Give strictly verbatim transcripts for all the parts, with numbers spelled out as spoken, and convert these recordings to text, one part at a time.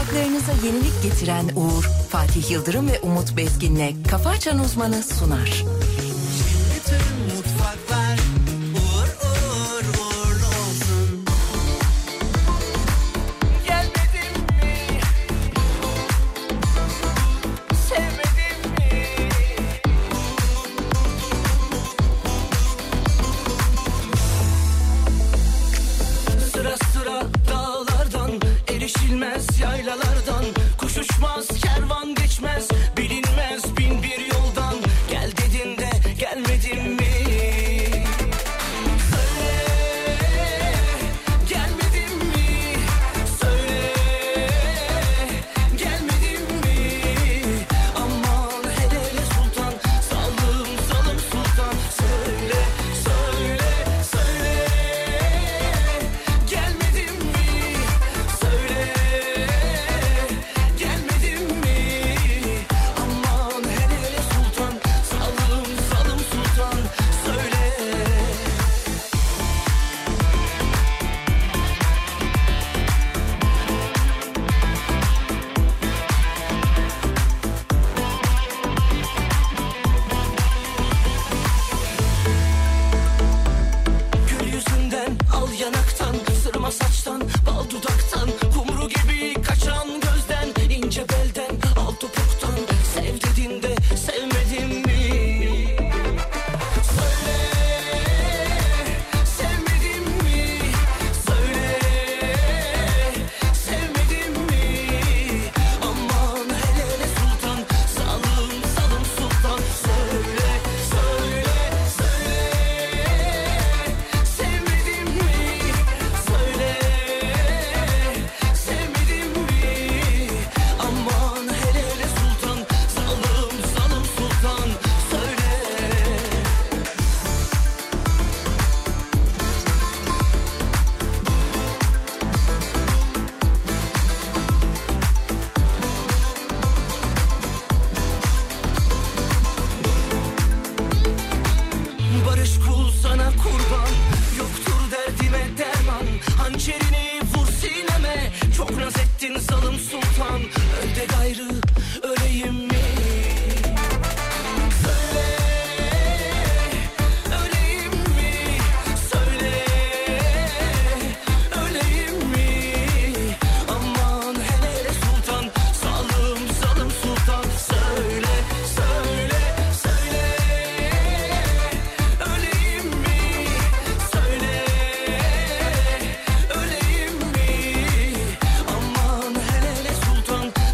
Hayatlarınıza yenilik getiren Uğur, Fatih Yıldırım ve Umut Bezgin'le Kafa Açan Uzmanı sunar. Bütün mutfaklar uğur uğur uğurlu olsun. Gelmedin mi? Sevmedin mi? Sıra sıra dağlardan, erişilmez yaylalardan, kuş uçmaz, kervan geçmez, bilinmez bin bir yoldan. Gel dedin de gelmedin mi? Söyle, gelmedin mi? Söyle, gelmedin mi? Aman hele hele sultan, salım salım sultan. Söyle, söyle, söyle, gelmedin mi? Söyle, gelmedin mi? Aman hele hele sultan, salım salım sultan. Söyle. Gül yüzünden, al yanaktan, sırma saçtan, bal dudaktan, kumru gibi kaçan gözden, ince belden, al topuktan. Sev dedin de sevmedin mi? Söyle, sevmedin mi? Söyle, sevmedin mi? Aman hele hele sultan, salım salım sultan. Söyle, söyle, söyle, sevmedin mi? Söyle, sevmedin mi? Aman hele hele sultan, salım salım sultan. Söyle. Barış kul sana kurban, yoktur derdime derman. Hançerini vur sineme, çok naz ettin zalim sultan. Öl de gayrı öleyim mi? Söyle, öleyim mi? Söyle, öleyim mi? Aman hele hele sultan, salım salım sultan. Söyle, söyle, söyle, öleyim mi? Söyle, öleyim mi? Aman hele hele sultan,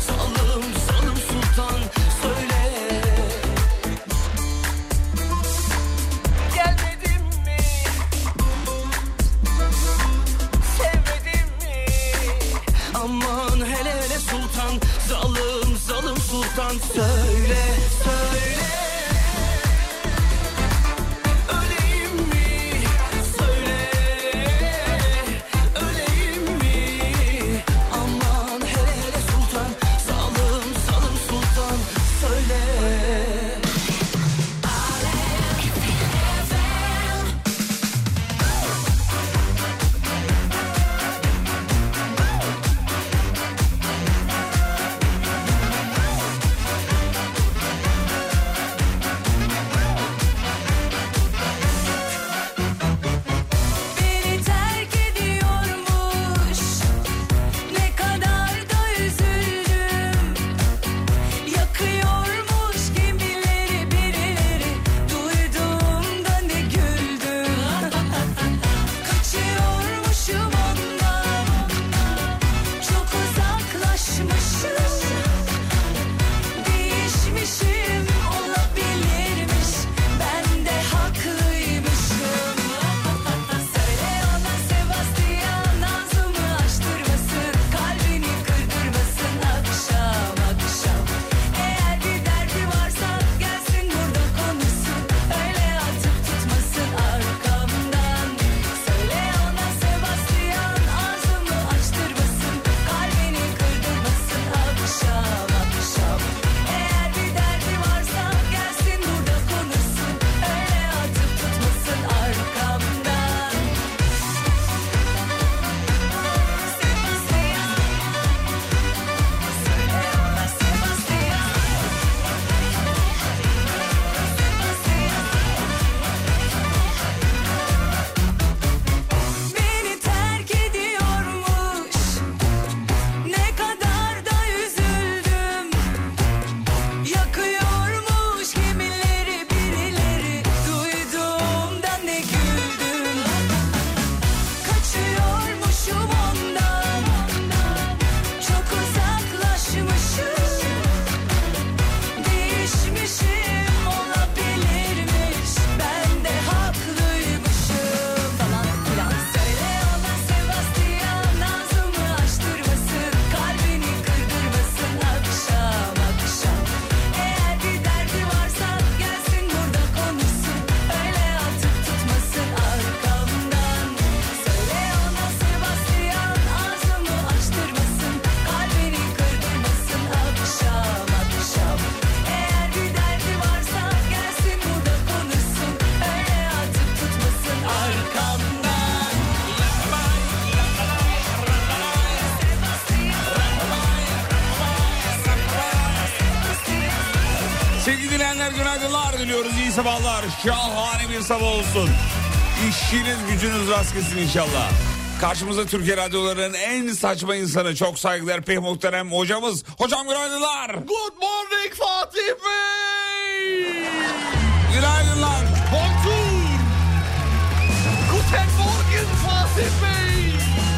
Esenler günaydınlar diliyoruz. İyi sabahlar. Şahane bir sabah olsun. İşiniz gücünüz rast gelsin inşallah. Karşımızda Türkiye radyolarının en saçma insanı, çok saygıdeğer pek muhterem hocamız. Hocam günaydınlar. Good morning Fatih Bey. Günaydınlar. Bonjour. Guten Morgen Fatih Bey.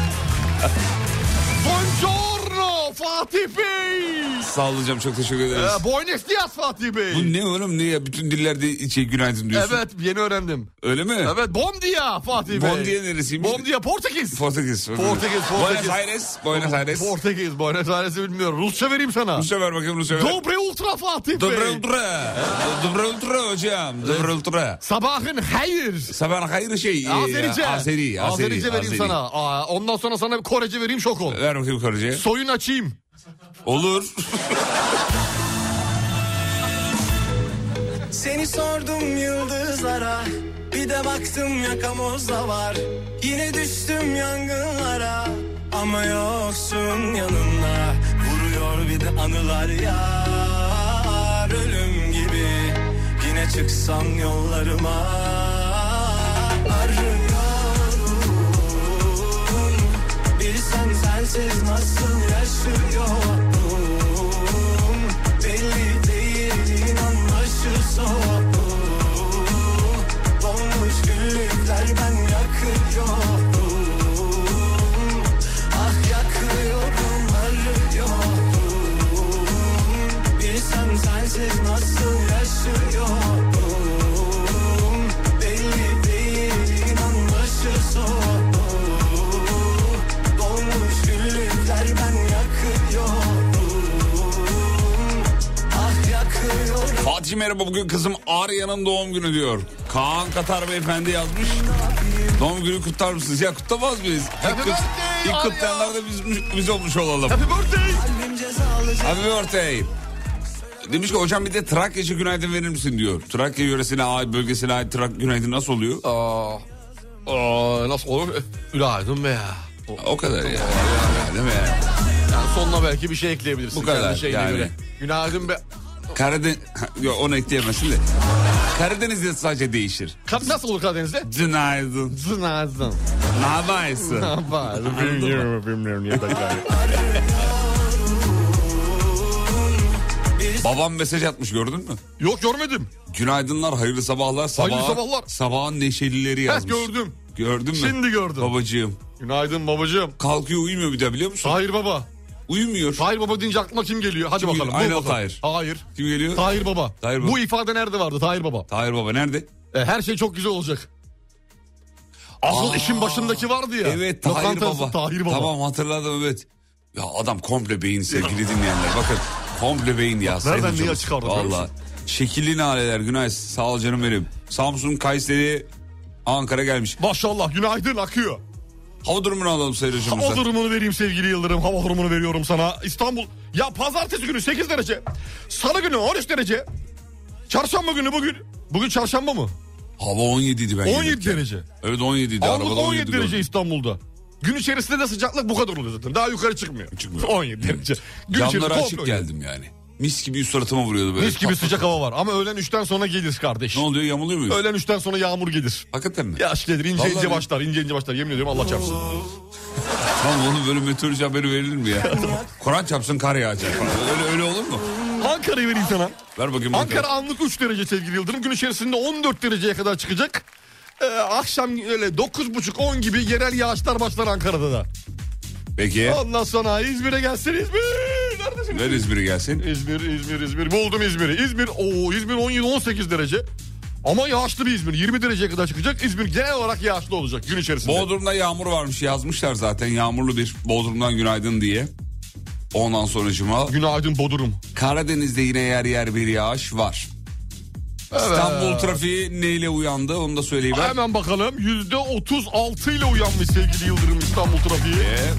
Buongiorno Fatih Bey. Sağ olun hocam, çok teşekkür ederiz. Ee, Buenos dias Fatih Bey. Bu ne oğlum, ne ya? Bütün dillerde şey günaydın diyorsun. Evet, yeni öğrendim. Öyle mi? Evet, bom dia Fatih Bey. Bom dia neresiymiş? Bom dia Portekiz. Portekiz. Portekiz, Portekiz. Buenos Aires. Buenos Aires. Portekiz, Buenos Aires'i bilmiyorum. Rusça vereyim sana. Rusça ver bakayım, Rusça ver. Dobre ultra Fatih Bey. Dobre ultra. Dobre ultra hocam. Dobre ultra. Sabahın hayır. Sabahın hayır şey. Azerice. Azeri. Azerice vereyim Azeri. sana. Aa, ondan sonra sana bir Korece vereyim, şok ol. Ver bakayım Korece. Soyun açayım. Olur. Seni sordum yıldızlara, bir de baktım yakamozda var. Yine düştüm yangınlara, ama yoksun yanımda. Vuruyor bir de anılar yar, ölüm gibi. Yine çıksan yollarıma, arıyorum. Bilsen sensiz nasıl yaşıyorum. Belli değil, inan soğuk. Donmuş güllükler ben yakıyorum. Ah yakıyorum, arıyorum. Bilsem sensiz nasıl yaşıyorum. Belli değil, inan başı soğuk. Donmuş güllükler ben yakıyorum. Fatih merhaba, bugün kızım Arya'nın doğum günü diyor. Kaan Katar beyefendi yazmış. Doğum günü kutlar mısınız? Ya kutlamaz mıyız? İlk, kut, ilk kutlayanlar da biz, biz olmuş olalım. Happy birthday. Happy birthday. Demiş ki hocam bir de Trakya'cı günaydın verir misin diyor. Trakya yöresine ait, bölgesine ait Trakya günaydın nasıl oluyor? Aa, aa, nasıl olur? Günaydın be ya. O, o kadar ya. ya. Değil mi ya? Yani sonuna belki bir şey ekleyebilirsin. Bu kadar yani. Göre. Günaydın be. Karadeniz... Yok, onu ekleyemezsin de. Karadeniz'de sadece değişir. Nasıl olur Karadeniz'de? Günaydın. Günaydın. Ne yaparsın? Ne yaparsın? Bilmiyorum, bilmiyorum. Niye Babam mesaj atmış, gördün mü? Yok, görmedim. Günaydınlar, hayırlı sabahlar. Sabah, Hayırlı sabahlar. Sabahın neşelileri yazmış. Evet, gördüm. Gördün mü? Şimdi gördüm. Babacığım. Günaydın babacığım. Kalkıyor, uyumuyor bir de, biliyor musun? Tahir baba. Uyumuyor. Tahir baba deyince aklıma kim geliyor? Hadi Kim bakalım. geliyor? Aynen bakalım. Tahir. Hayır. Kim geliyor? Tahir baba. Tahir baba. Bu ifade nerede vardı Tahir baba? Tahir baba nerede? E, her şey çok güzel olacak. Asıl Aa, işin başındaki vardı ya. Evet, Tahir Lokantası baba. Tahir baba. Tamam, hatırladım, evet. Ya adam komple beyin sevgili dinleyenler. Bakın komple beyin ya. Nereden niye çıkardın? Valla. Şekilli naleler, günaydın. Sağ ol canım benim. Samsun, Kayseri, Ankara gelmiş. Maşallah, günaydın akıyor. Hava durumunu alalım Sayın Hocam'ıza. Hava durumunu vereyim sevgili Yıldırım. Hava durumunu veriyorum sana. İstanbul. Ya pazartesi günü sekiz derece. Salı günü on üç derece. Çarşamba günü bugün. Bugün çarşamba mı? Hava on yediydi ben on yedi gelirken. derece. Evet, on yediydi. Aldık Arabada on yedi derece İstanbul'da. Gün içerisinde de sıcaklık bu kadar oluyor zaten. Daha yukarı çıkmıyor. Çıkmıyor. on yedi derece. Gün Camları içerisinde açık komple geldim yani. Mis gibi üst suratıma vuruyordu böyle. mis gibi sıcak hava var. Ama öğlen üçten sonra gelir kardeş. Ne oluyor, yamuluyor muyuz? Öğlen üçten sonra yağmur gelir. Hakikaten mi? Yağış gelir, ince Vallahi ince mi? başlar, ince ince başlar. Yemin ediyorum, Allah çarpsın. Tamam, onun böyle meteoroloji haberi verilir mi ya? Kur'an çarpsın, kar yağacak falan. Öyle, öyle olur mu? Ankara'yı vereyim sana. Ver bakayım. Ankara bakalım. anlık üç derece sevgili Yıldırım. Gün içerisinde on dört dereceye kadar çıkacak. Ee, akşam öyle dokuz buçuk on gibi yerel yağışlar başlar Ankara'da da. Peki. Ondan sonra İzmir'e gelsin İzmir. Neredesin? Ver İzmir'i gelsin. İzmir, İzmir, İzmir. Buldum İzmir'i. İzmir, ooo İzmir on yedi on sekiz derece. Ama yağışlı bir İzmir. yirmi dereceye kadar çıkacak. İzmir genel olarak yağışlı olacak gün içerisinde. Bodrum'da yağmur varmış, yazmışlar zaten. Yağmurlu bir Bodrum'dan günaydın diye. Ondan sonracıma. Günaydın Bodrum. Karadeniz'de yine yer yer bir yağış var. Evet. İstanbul trafiği neyle uyandı onu da söyleyeyim. Hemen bakalım. yüzde otuz altı ile uyanmış sevgili Yıldırım İstanbul trafiği. Ee?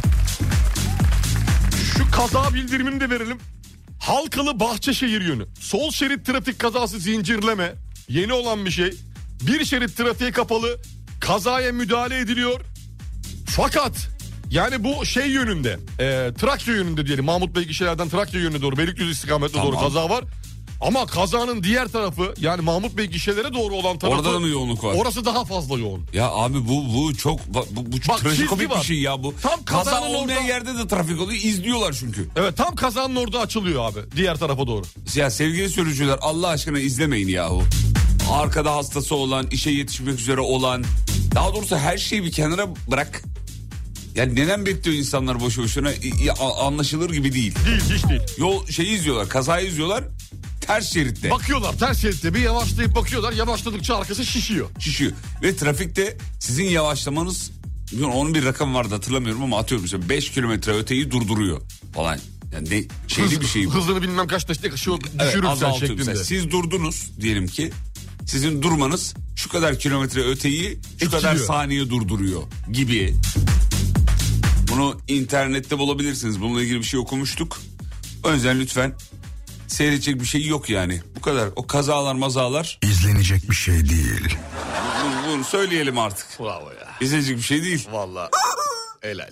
Şu kaza bildirimini de verelim. Halkalı Bahçeşehir yönü. Sol şerit trafik kazası zincirleme. Yeni olan bir şey. Bir şerit trafiğe kapalı. Kazaya müdahale ediliyor. Fakat yani bu şey yönünde. E, Trakya yönünde diyelim. Mahmut Bey gişelerden Trakya yönüne doğru. Beylikdüzü istikametine tamam. doğru kaza var. Ama kazanın diğer tarafı yani Mahmut Bey gişelere doğru olan tarafı. Orada da mı yoğunluk var? Orası daha fazla yoğun. Ya abi bu bu çok bu, bu Bak, trajikomik bir var. şey ya bu. Tam Kaza kazanın olmayan orada... yerde de trafik oluyor. İzliyorlar çünkü. Evet, tam kazanın orada açılıyor abi. Diğer tarafa doğru. Ya sevgili sürücüler, Allah aşkına izlemeyin yahu. Arkada hastası olan, işe yetişmek üzere olan, daha doğrusu her şeyi bir kenara bırak. Yani neden bekliyor insanlar boşu boşuna? Ya, anlaşılır gibi değil. Değil, hiç değil. Yol şeyi izliyorlar, kazayı izliyorlar. Ters şeritte. Bakıyorlar ters şeritte, bir yavaşlayıp bakıyorlar. Yavaşladıkça arkası şişiyor. Şişiyor. Ve trafikte sizin yavaşlamanız, onun bir rakam vardı hatırlamıyorum ama atıyorum işte beş kilometre öteyi durduruyor falan. Yani ne şeyli Hız, bir şey bu. Hızını bilmem kaç dakika şu Evet, düşürürsen azaltıyorum şeklinde. mesela. Siz durdunuz diyelim ki. Sizin durmanız şu kadar kilometre öteyi şu Etkiliyor. kadar saniye durduruyor gibi. Bunu internette bulabilirsiniz. Bununla ilgili bir şey okumuştuk. O yüzden lütfen, seyredecek bir şey yok yani. Bu kadar. O kazalar mazalar. İzlenecek bir şey değil. Bunu, bunu söyleyelim artık. Bravo ya. İzlenecek bir şey değil. Vallahi helal.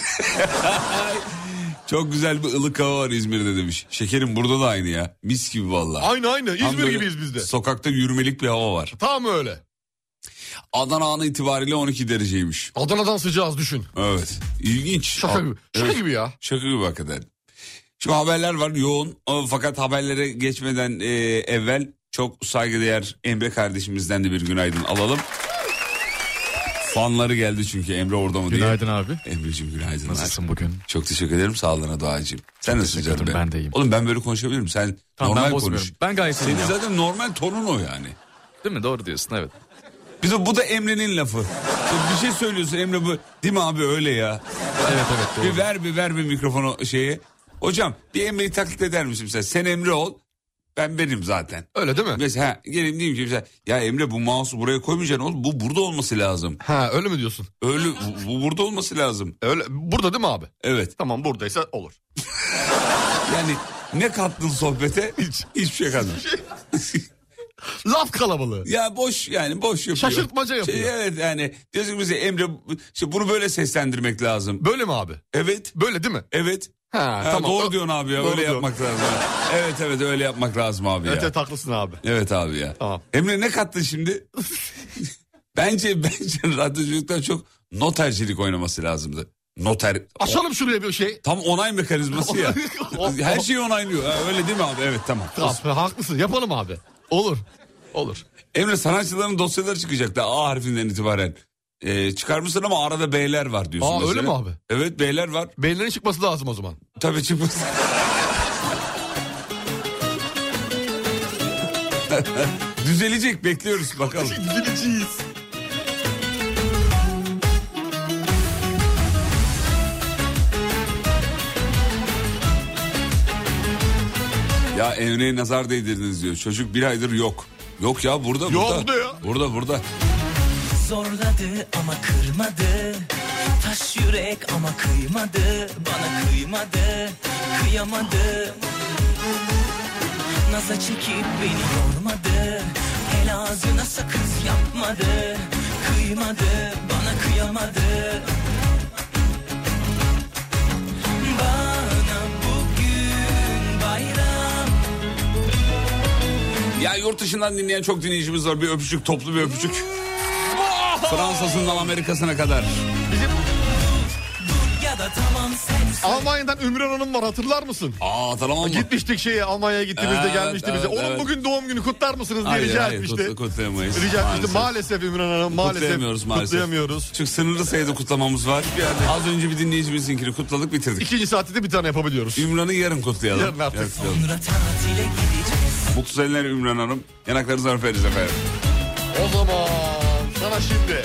Çok güzel bir ılık hava var İzmir'de demiş. Şekerim burada da aynı ya. Mis gibi vallahi. Aynı aynı. Tam İzmir böyle gibiyiz biz de. Sokakta yürümelik bir hava var. Tam öyle. Adana anı itibariyle on iki dereceymiş. Adana'dan sıcağız düşün. Evet. İlginç. Şaka gibi. Şaka Evet. gibi ya. Şaka gibi hakikaten. Şu haberler var yoğun. O, fakat haberlere geçmeden e, evvel çok saygıdeğer Emre kardeşimizden de bir günaydın alalım. Fanları geldi çünkü Emre orada mı diye. Günaydın abi. Emre'cim günaydın. Nasılsın bugün? Çok teşekkür ederim, sağlığına duacığım. Sen nasılsın canım? ederim, ben de iyiyim. Oğlum ben böyle konuşabilirim. Sen Tamam, ben normal bozmuyorum. konuş. Ben gayet iyiyim Senin ya. zaten normal tonun o yani. Değil mi? Doğru diyorsun, evet. Bir de bu da Emre'nin lafı. Bir şey söylüyorsun Emre, bu değil mi abi, öyle ya. Evet evet doğru. Bir ver bir ver bir mikrofonu şeye. Hocam bir Emre'yi taklit eder misin mesela? Sen Emre ol, ben benim zaten. Öyle değil mi? Mesela ha, gelin diyeyim ki mesela, ya Emre bu mouse'u buraya koymayacaksın oğlum, bu burada olması lazım. Ha öyle mi diyorsun? Öyle bu, bu burada olması lazım. Öyle burada değil mi abi? Evet. Tamam, buradaysa olur. Yani ne kattın sohbete? Hiç. Hiçbir şey kattın. Laf kalabalığı. Ya boş yani boş yapıyor. Şaşırtmaca yapıyor. Şey, evet yani diyorsun ki bize Emre işte bunu böyle seslendirmek lazım. Böyle mi abi? Evet. Böyle değil mi? Evet. Ha, Ha, tamam. doğru diyorsun abi ya, Doğru öyle diyorum. yapmak lazım. Evet evet öyle yapmak lazım abi Evet ya. evet haklısın abi. Evet abi ya. Tamam. Emre ne kattın şimdi? bence bence radyoculuktan çok notercilik oynaması lazımdı. Noter. Açalım şuraya bir şey. Tam onay mekanizması ya. Her şeyi onaylıyor. Ha, öyle değil mi abi? Evet tamam. Tamam, haklısın, yapalım abi. Olur. Olur. Emre sanatçıların dosyaları çıkacaktı A harfinden itibaren. Ee, çıkarmışsın ama arada B'ler var diyorsun Aa, mesela. öyle mi abi? Evet B'ler var. Beyinlerin çıkması lazım o zaman. Tabii çıkmış. Düzelecek, bekliyoruz bakalım. Gideceğiz. Ya Emre'ye nazar değdirdiniz diyor. Çocuk bir aydır yok. Yok ya burada Yok burada. burada ya. Burada burada. Zorladı ama kırmadı. Taş yürek ama kıymadı. Bana kıymadı, kıyamadı. Naza çekip beni yormadı. El ağzına sakız yapmadı. Kıymadı, bana kıyamadı. Bana bugün bayram. Ya yurt dışından dinleyen çok dinleyicimiz var. Bir öpücük, toplu bir öpücük. Fransa'sından Amerika'sına kadar. Ya da tamam sen Almanya'dan Ümran Hanım var, hatırlar mısın? Aa tamam mı? Gitmiştik şeye, Almanya'ya gittiğimizde Evet, gelmişti evet, bize. Onun evet. bugün doğum günü, kutlar mısınız diye Hayır, rica hayır, etmişti. kut- kutlayamayız. Rica etmişti. Maalesef. Maalesef Ümran Hanım, maalesef Kutlayamıyoruz maalesef. kutlayamıyoruz. Çünkü sınırlı sayıda kutlamamız var. Az önce bir dinleyicimizinkini kutladık, bitirdik. İkinci saatte de bir tane yapabiliyoruz. Ümran'ı yarın kutlayalım. Yarın artık. kutlayalım. sonra tatile gideceğiz. Mutlu seneler Ümran Hanım. Yanaklarınızı öperiz efendim. O zaman sana şimdi.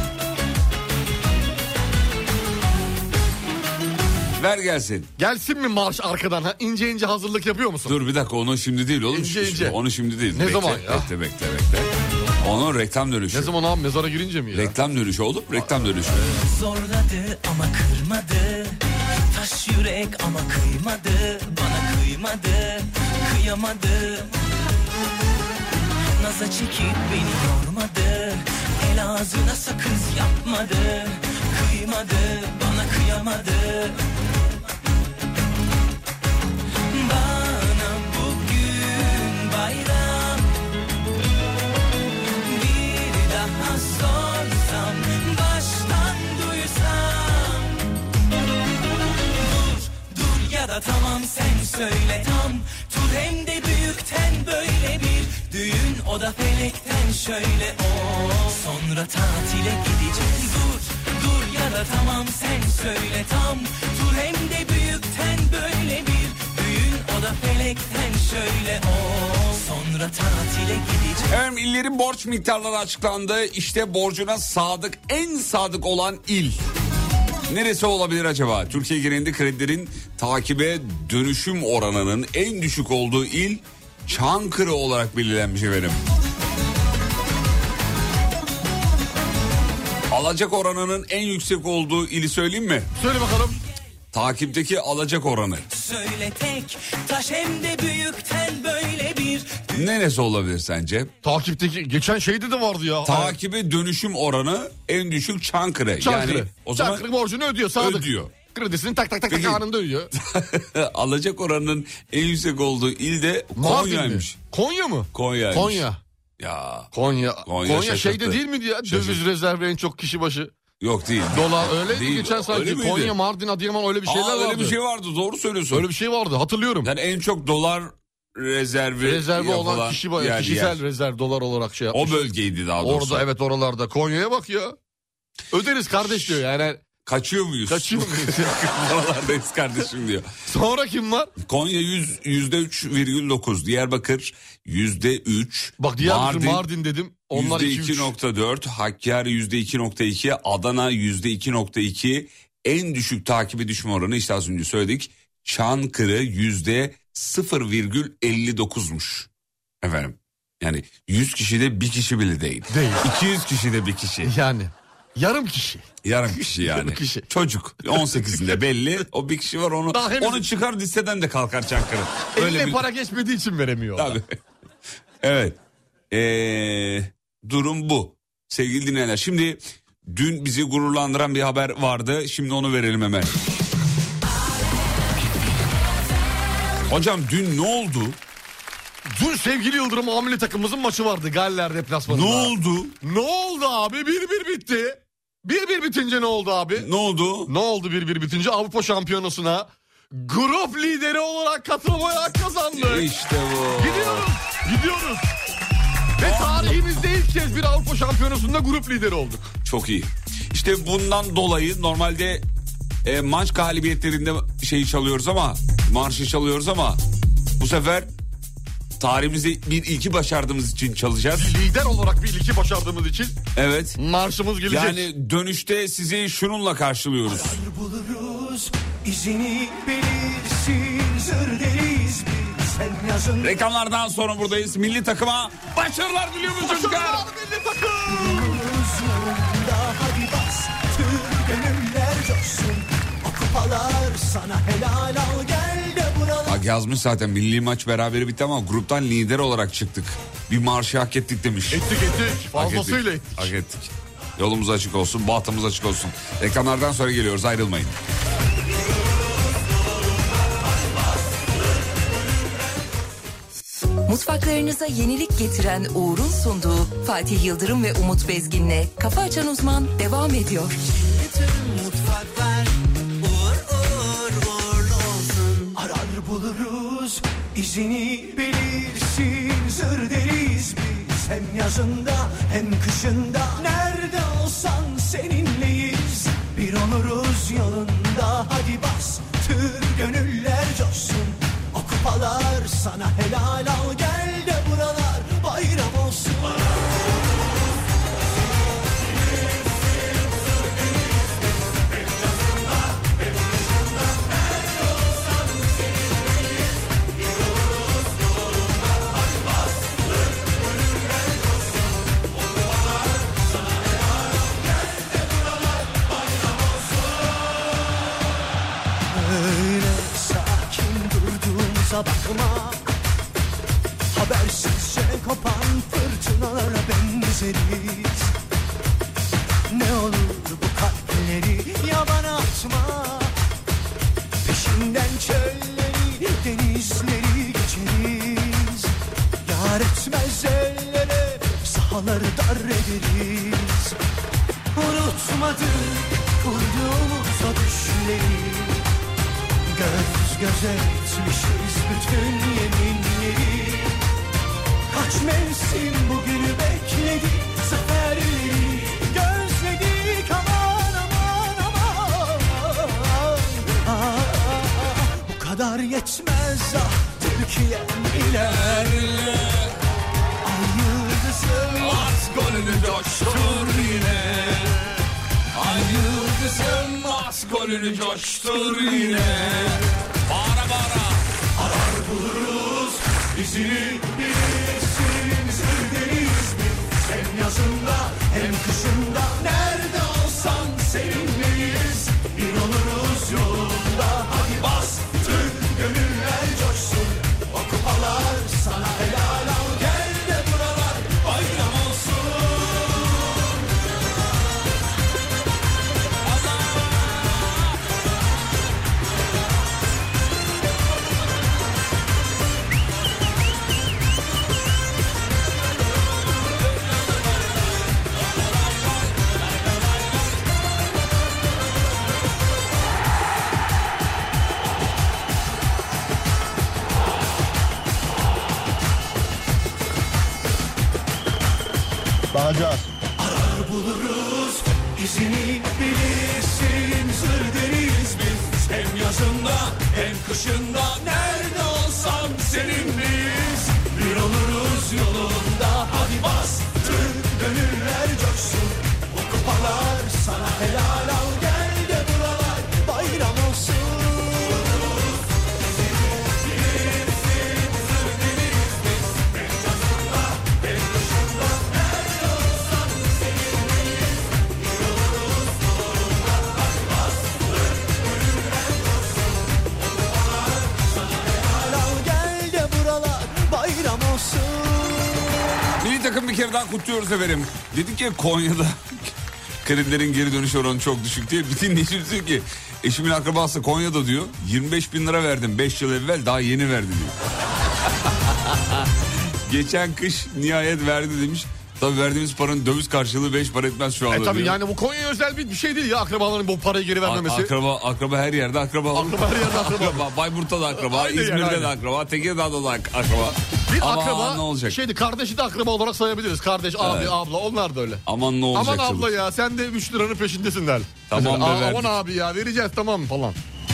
Ver gelsin. Gelsin mi marş arkadan? Ha? İnce ince hazırlık yapıyor musun? Dur bir dakika, onu şimdi değil oğlum. İnce Şimdi- ince. Onu şimdi değil. Ne Bekle, zaman ya? Bekle bekle bekle. Onun reklam dönüşü. Ne zaman abi, mezara girince mi ya? Reklam dönüşü oğlum, reklam dönüşü. Zorladı ama kırmadı. Taş yürek ama kıymadı. Bana kıymadı, kıyamadı. Naza çekip beni yormadı. El ağzına sakız yapmadı. Kıymadı, bana kıyamadı. Bana bugün ya da tamam sen söyle tam. Tur hem de büyükten böyle bir düğün, o da felekten şöyle o. Sonra tatile gideceğiz. Dur, dur ya da tamam sen söyle tam. Tur hem de büyükten böyle bir düğün, o da felekten şöyle o. Sonra tatile gideceğiz. Efendim, illerin borç miktarları açıklandı. İşte borcuna sadık, en sadık olan il. Neresi olabilir acaba? Türkiye genelinde kredilerin takibe dönüşüm oranının en düşük olduğu il Çankırı olarak belirlenmiş efendim. Alacak oranının en yüksek olduğu ili söyleyeyim mi? Söyle bakalım. Takipteki alacak oranı. Söyle tek taş hem de büyükten böyle bir. Neresi olabilir sence? Takipteki geçen şeyde de vardı ya. Takibe dönüşüm oranı en düşük Çankırı. Çankırı. Yani o zaman Çankırı borcunu ödüyor sadık. ödüyor. Kredisini tak tak tak tak Peki. anında ödüyor. Alacak oranının en yüksek olduğu ilde Mardin mi? Konya'ymış. Konya mı? Konya'ymış. Konya. Ya Konya. Konya Konya, şeyde şaşırttı. değil miydi ya? Şaşırttı. Döviz rezervi en çok kişi başı. yok değil. Dolar öyleydi Değil. geçen Öyle sanki. miydi? Konya, Mardin, Adıyaman öyle bir şeyler Aa, öyle vardı. bir şey vardı, doğru söylüyorsun. Öyle bir şey vardı hatırlıyorum. Yani en çok dolar rezervi Rezervi olan yapılan kişi başı. yer, Kişisel yer. rezerv dolar olarak şey yapmış. O bölgeydi daha doğrusu. Orada evet oralarda. Konya'ya bak ya. Öderiz kardeş diyor yani. Kaçıyor muyuz? Kaçıyor muyuz? Oralardayız kardeşim diyor. Sonra kim var? Konya yüz, yüzde üç virgül dokuz. Diyarbakır yüzde üç. Bak Diyarbakır Mardin, Mardin dedim. Onlar yüzde iki nokta dört. Hakkari yüzde iki nokta iki. Adana yüzde iki nokta iki. En düşük takibi düşme oranı işte az önce söyledik. Çankırı yüzde sıfır virgül elli dokuzmuş. Efendim. Yani yüz kişide bir kişi bile değil. Değil. iki yüz kişide bir kişi. Yani yarım kişi. Yarım kişi yani. Yarım kişi. Çocuk on sekizinde belli. O bir kişi var, onu Daha henüz- onu çıkar listeden de kalkar Çankırı. Eline bir... para geçmediği için veremiyor. Tabii. Evet. Ee, durum bu. Sevgili dinleyenler. Şimdi dün bizi gururlandıran bir haber vardı. Şimdi onu verelim hemen. Hocam dün ne oldu? Dün sevgili Yıldırım hamile takımımızın maçı vardı Galler deplasmanında. Ne oldu? Ne oldu abi? bir bir bitti. bir bir bitince ne oldu abi? Ne oldu? Ne oldu bir bir bitince? Avrupa Şampiyonası'na grup lideri olarak katılmaya hak kazandık. İşte bu. Gidiyoruz. Gidiyoruz. Ve tarihimizde ilk kez bir Avrupa Şampiyonası'nda grup lideri olduk. Çok iyi. İşte bundan dolayı normalde e, maç galibiyetlerinde şeyi çalıyoruz ama marşı çalıyoruz ama bu sefer tarihimizde bir ilki başardığımız için çalacağız. Lider olarak bir ilki başardığımız için Evet. marşımız gelecek. Yani dönüşte sizi şununla karşılıyoruz. Buluruz izini belirsin, zır deriz biz hem yazın. Reklamlardan sonra buradayız. Milli takıma başarılar diliyoruz çocuklar. Milli takım. Yolunda hadi bas, tüm gönüller coşsun. O kupalar sana helal al, gel de buralar. Bak yazmış zaten, milli maç berabere bitti ama gruptan lider olarak çıktık. Bir marşı hak ettik demiş. Ettik ettik. Hak ettik. Fazlasıyla ettik. Hak ettik. Yolumuz açık olsun, bahtımız açık olsun. Reklamlardan sonra geliyoruz, ayrılmayın. Mutfaklarınıza yenilik getiren Uğur'un sunduğu Fatih Yıldırım ve Umut Bezgin'le Kafa Açan Uzman devam ediyor. Bütün mutfaklar uğur uğur uğurlu olsun. Arar buluruz izini belirsin, zır deriz biz hem yazında hem kışında. Nerede olsan seninleyiz, bir oluruz yolunda hadi bas, tüm gönüller coşsun. O kupalar sana helal al, gel de buralar bayram olsun. Öyle sakin durduğumuza bakma, habersizce kopan fırtınalara benzeriz. Ne olur bu kalpleri yabana atma, peşinden çölleri denizleri geçeriz. Yar etmez ellere sahaları dar ederiz. Unutmadık kurduğumuz o düşleri, göz gözetmişiz bütün yeminleri. Kaç mevsim bugünü bekledik, zaferleri gözledik, aman aman aman. Ah, bu kadar yetmez ah Türkiye'm ilerle. Ay yıldızım at golünü coştur yine. Ay yıldızım at golünü coştur yine. Bağıra bağıra. Arar buluruz izini, bilirsin sırdeniz mi? Hem yazında hem kışında nerede olsan seninleyiz. Bir oluruz yolunda, hadi bas tüm gönüller coşsun. O kupalar sana helal al, gel de buralar bayram olsun. Bağcağız. Arar buluruz izini, bilirsin zır deriz biz. Hem yazında hem kışında nerede olsan seninleyiz. Bir oluruz yolunda, hadi bas tüm gönüller coşsun. O kupalar sana helal al, gel de buralar bayram olsun. Milli takım bir kere daha kutluyoruz efendim. Dedik ya Konya'da kredilerin geri dönüş oranı çok düşük diye. Bir dinleyicimiz diyor ki eşimin akrabası Konya'da diyor yirmi beş bin lira verdim beş yıl evvel, daha yeni verdi diyor. Geçen kış nihayet verdi demiş. Tabii verdiğimiz paranın döviz karşılığı beş para etmez şu anda. E tabii diyor. yani bu Konya'ya özel bir, bir şey değil ya, akrabaların bu parayı geri vermemesi. A- akraba, akraba her yerde akraba. Akraba her yerde akraba. akraba. Bayburt'ta da akraba, Aynen İzmir'de yani, de aynen. akraba, Tekirdağ'da da akraba. Bir Ama akraba ne olacak? şeydi, kardeşi de akraba olarak sayabiliriz. Kardeş, abi, Evet. abla, onlar da öyle. Aman ne olacak? Aman abla çabuk. ya sen de üç liranın peşindesin der. Tamam Mesela, be, "Aa, aman verdik." abi ya vereceğiz tamam falan.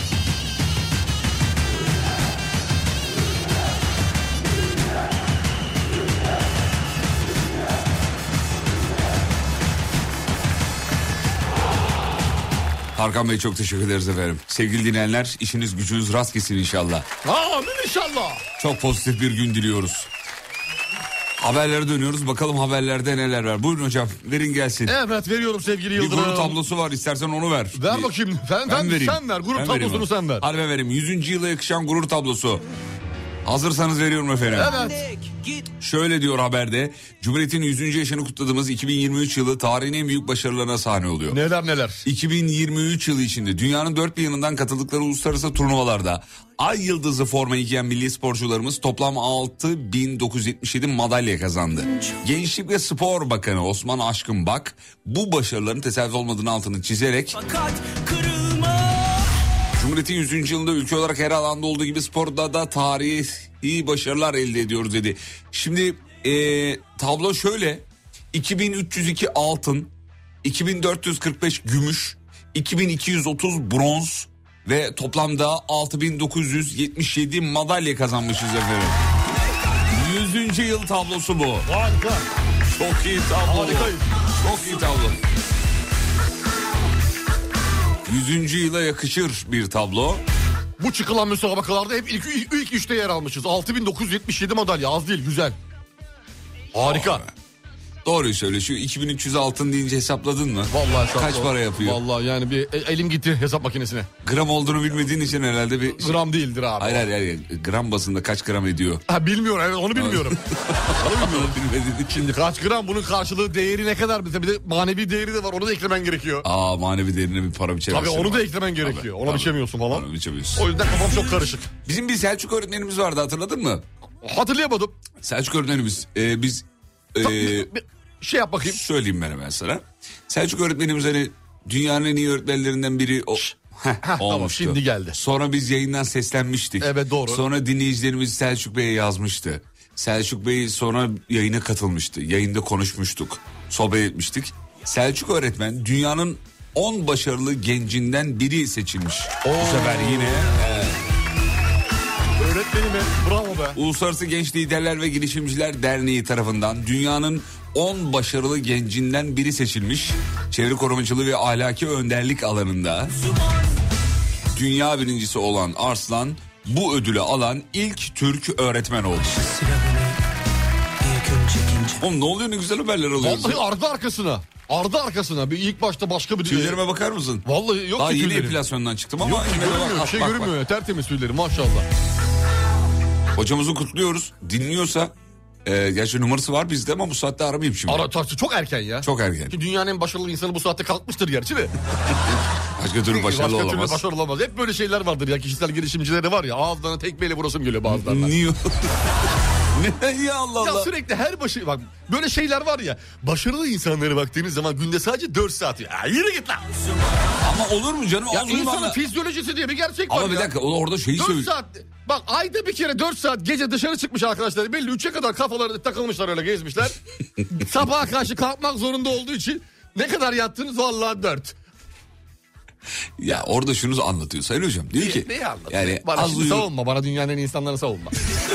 Tarkan Bey çok teşekkür ederiz efendim. Sevgili dinleyenler, işiniz gücünüz rast gitsin inşallah. Amin inşallah. Çok pozitif bir gün diliyoruz. Haberlere dönüyoruz. Bakalım haberlerde neler var. Buyurun hocam, verin gelsin. Evet veriyorum sevgili Bir Yıldırım. grup tablosu var, istersen onu ver. Ver Bir- bakayım. Sen, Ben sen, vereyim. sen ver. Grup Ben tablosunu vereyim. sen ver. Hadi ben vereyim. yüzüncü yıla yakışan gurur tablosu. Hazırsanız veriyorum efendim. Evet. Şöyle diyor haberde. Cumhuriyet'in yüzüncü yaşını kutladığımız iki bin yirmi üç yılı tarihin en büyük başarılarına sahne oluyor. Neler neler. iki bin yirmi üç yılı içinde dünyanın dört bir yanından katıldıkları uluslararası turnuvalarda ay yıldızı formayı giyen milli sporcularımız toplam altı bin dokuz yüz yetmiş yedi madalya kazandı. Gençlik ve Spor Bakanı Osman Aşkın Bak bu başarıların tesadüf olmadığını altını çizerek Fakat kırılma. Cumhuriyet'in yüzüncü yılında ülke olarak her alanda olduğu gibi sporda da tarihi başarılar elde ediyoruz dedi. Şimdi ee, tablo şöyle: iki bin üç yüz iki altın, iki bin dört yüz kırk beş gümüş, iki bin iki yüz otuz bronz ve toplamda altı bin dokuz yüz yetmiş yedi madalya kazanmışız efendim. yüzüncü yıl tablosu bu. Harika. Çok iyi tablo. Harikayız. Çok iyi tablo. yüzüncü yıla yakışır bir tablo. Bu çıkılan müsabakalarda hep ilk, ilk, ilk üçte yer almışız. altı bin dokuz yüz yetmiş yedi madalya, az değil, güzel. Harika. Doğruyu söyle, şu iki bin üç yüz altın deyince hesapladın mı? Vallahi hesapla. Kaç para yapıyor? Vallahi yani bir e, elim gitti hesap makinesine. Gram olduğunu bilmediğin için herhalde bir... şey- Gram değildir abi. Hayır hayır hayır. Gram basında kaç gram ediyor? Ha, bilmiyorum, evet, onu bilmiyorum. onu bilmiyorum. Bilmediğin için. Şimdi kaç gram, bunun karşılığı değeri ne kadar, bize bir de manevi değeri de var, onu da eklemen gerekiyor. Aa, manevi değerine bir para biçemezsin. Tabii onu da Abi. eklemen gerekiyor. Tabii, Ona tabii. biçemiyorsun falan. Onu biçemiyorsun. O yüzden kafam çok karışık. Bizim bir Selçuk öğretmenimiz vardı, hatırladın mı? Hatırlayamadım. Selçuk öğretmenimiz e, biz... E, Bir- bir şey yap bakayım. söyleyeyim ben hemen sana. Selçuk öğretmenimiz hani dünyanın en iyi öğretmenlerinden biri. O... Heh, Heh, tamam, olmuştu. şimdi geldi. Sonra biz yayından seslenmiştik. Evet, doğru. Sonra dinleyicilerimiz Selçuk Bey'e yazmıştı. Selçuk Bey sonra yayına katılmıştı. Yayında konuşmuştuk. Sohbet etmiştik. Selçuk öğretmen dünyanın on başarılı gencinden biri seçilmiş. Oo. Bu sefer yine. Evet. Öğretmenime bravo be. Uluslararası Genç Liderler ve Girişimciler Derneği tarafından dünyanın on başarılı gencinden biri seçilmiş. Çevre korumacılığı ve ahlaki önderlik alanında dünya birincisi olan Arslan bu ödülü alan ilk Türk öğretmen oldu. Oğlum ne oluyor, ne güzel haberler alıyoruz. Vallahi ardı arkasına. Ardı arkasına. Bir ilk başta başka bir... Tüylerime bakar mısın? Vallahi yok Daha ki yeni tüylerim. enflasyondan çıktım ama. Yok ki yine de bak, görünmüyor. bak, Bir şey bak, görünmüyor. bak. Tertemiz tüylerim maşallah. Hocamızı kutluyoruz. Dinliyorsa, e, gerçi numarası var bizde ama bu saatte aramayayım şimdi. Ara tartı çok erken ya. Çok erken. Ki dünyanın en başarılı insanı bu saatte kalkmıştır gerçi de. Başka türlü başarılı Başka türlü olamaz. başarılı olamaz. Hep böyle şeyler vardır ya, kişisel girişimcileri var ya, ağızlarına tekmeyle vurasım geliyor bazılarına. Niye? Neden ya, Allah Allah. Ya sürekli her başı bak böyle şeyler var ya, başarılı insanlara baktığınız zaman günde sadece dört saat. Ya yürü git lan. Ama olur mu canım? Ya Az uyumanla- insanın fizyolojisi diye bir gerçek var Ama bir ya. dakika, o orada şeyi dört söylüyor. saat. Bak ayda bir kere dört saat gece dışarı çıkmış arkadaşlar. Belli üçe kadar kafaları takılmışlar, öyle gezmişler. Sabaha karşı kalkmak zorunda olduğu için ne kadar yattınız? Vallahi dört. Ya orada şunu anlatıyor Sayın Hocam. Diyor ki Neyi anlatıyor? yani Bana az şimdi uyur. savunma. Bana dünyanın en iyi insanları savunma.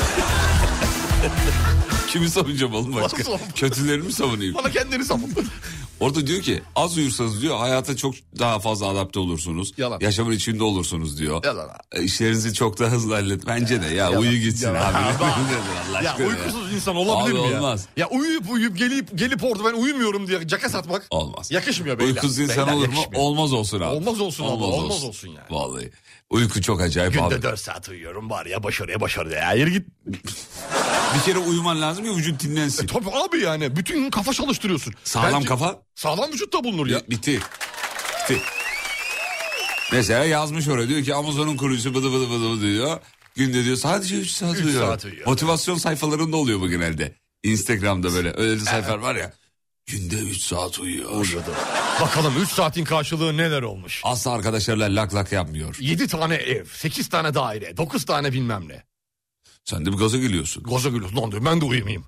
Kimi savunacağım oğlum başka? Bana savun. Kötülerini mi savunayım? Bana kendini savun. Orada diyor ki az uyursanız diyor hayata çok daha fazla adapte olursunuz. Yalan. Yaşamın içinde olursunuz diyor. Yalan. E, İşlerinizi çok daha hızlı hallet. Bence de ya Yalan. uyu gitsin Yalan. abi. Yalan. Allah Ya aşkına uykusuz insan olabilir Abi mi ya? olmaz. Ya uyuyup uyuyup gelip gelip orada ben uyumuyorum diye caka satmak. Olmaz. Yakışmıyor beyler. Uykusuz insan Beyler olur mu? yakışmıyor. Olmaz olsun abi. Olmaz olsun abi, olmaz olsun yani. Vallahi. Uyku çok acayip Günde abi. dört saat uyuyorum var ya, başarıya başarıya. Ya yürü git. Bir kere uyuman lazım ki vücut dinlensin. E, tabii abi yani bütün gün kafa çalıştırıyorsun. Sağlam Bence kafa. Sağlam vücutta bulunur ya. Bitti. Bitti. Mesela yazmış oraya, diyor ki Amazon'un kurucusu bıdı bıdı bıdı bıdı diyor. Günde diyor sadece üç saat Üç uyuyor. saat uyuyor. Motivasyon sayfalarında oluyor bu genelde. Instagram'da böyle öyle sayfalar var ya. Günde üç saat uyuyor. Uyuyordu. Bakalım üç saatin karşılığı neler olmuş. Asla arkadaşlarla lak lak yapmıyor. yedi tane ev, sekiz tane daire, dokuz tane bilmem ne. Sen de bir gaza geliyorsun. Goza gülüyorsun. Lan diyorum, ben de uyumayayım.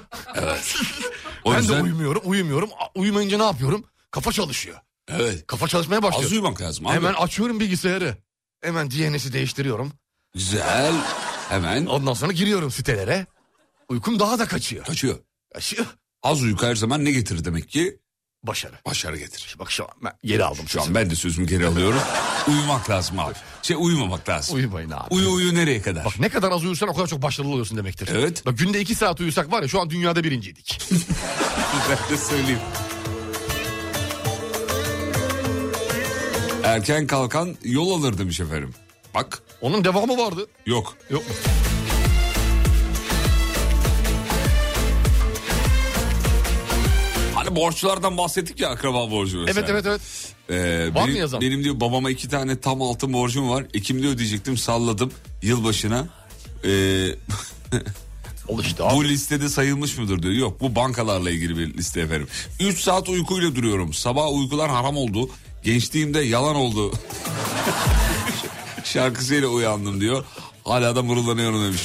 O ben yüzden de uyumuyorum, uyumuyorum. A- Uyumayınca ne yapıyorum? Kafa çalışıyor. evet. Kafa çalışmaya başlıyor. Az uyumak lazım abi. Hemen açıyorum bilgisayarı. Hemen D N S'i değiştiriyorum. Güzel. Hemen Ondan sonra giriyorum sitelere. Uykum daha da kaçıyor. kaçıyor. Kaçıyor. Az uyku her zaman ne getirir demek ki? Başarı. Başarı getirir. Bak şu an ben geri aldım. Şu an ben de sözümü geri alıyorum. Uyumak lazım abi. Şey uyumamak lazım. Uyumayın abi. Uyu uyu nereye kadar? Bak ne kadar az uyursan o kadar çok başarılı oluyorsun demektir. Evet. Bak günde iki saat uyusak var ya, şu an dünyada birinciydik. Ben de söyleyeyim. Erken kalkan yol alır demiş efendim. Bak Onun devamı vardı. yok. Yok mu? Hani borçlardan bahsettik ya, akraba borcu mesela. Evet evet evet. Ee, Var mı benim, yazan? benim diyor babama iki tane tam altın borcum var. Ekim'de ödeyecektim, salladım yılbaşına. Ee, Ol işte abi. bu listede sayılmış mıdır diyor. Yok, bu bankalarla ilgili bir liste efendim. üç saat uykuyla duruyorum. Sabah uykular haram oldu. Gençliğimde yalan oldu. Şarkısıyla uyandım diyor. Hala da mırıldanıyorum demiş.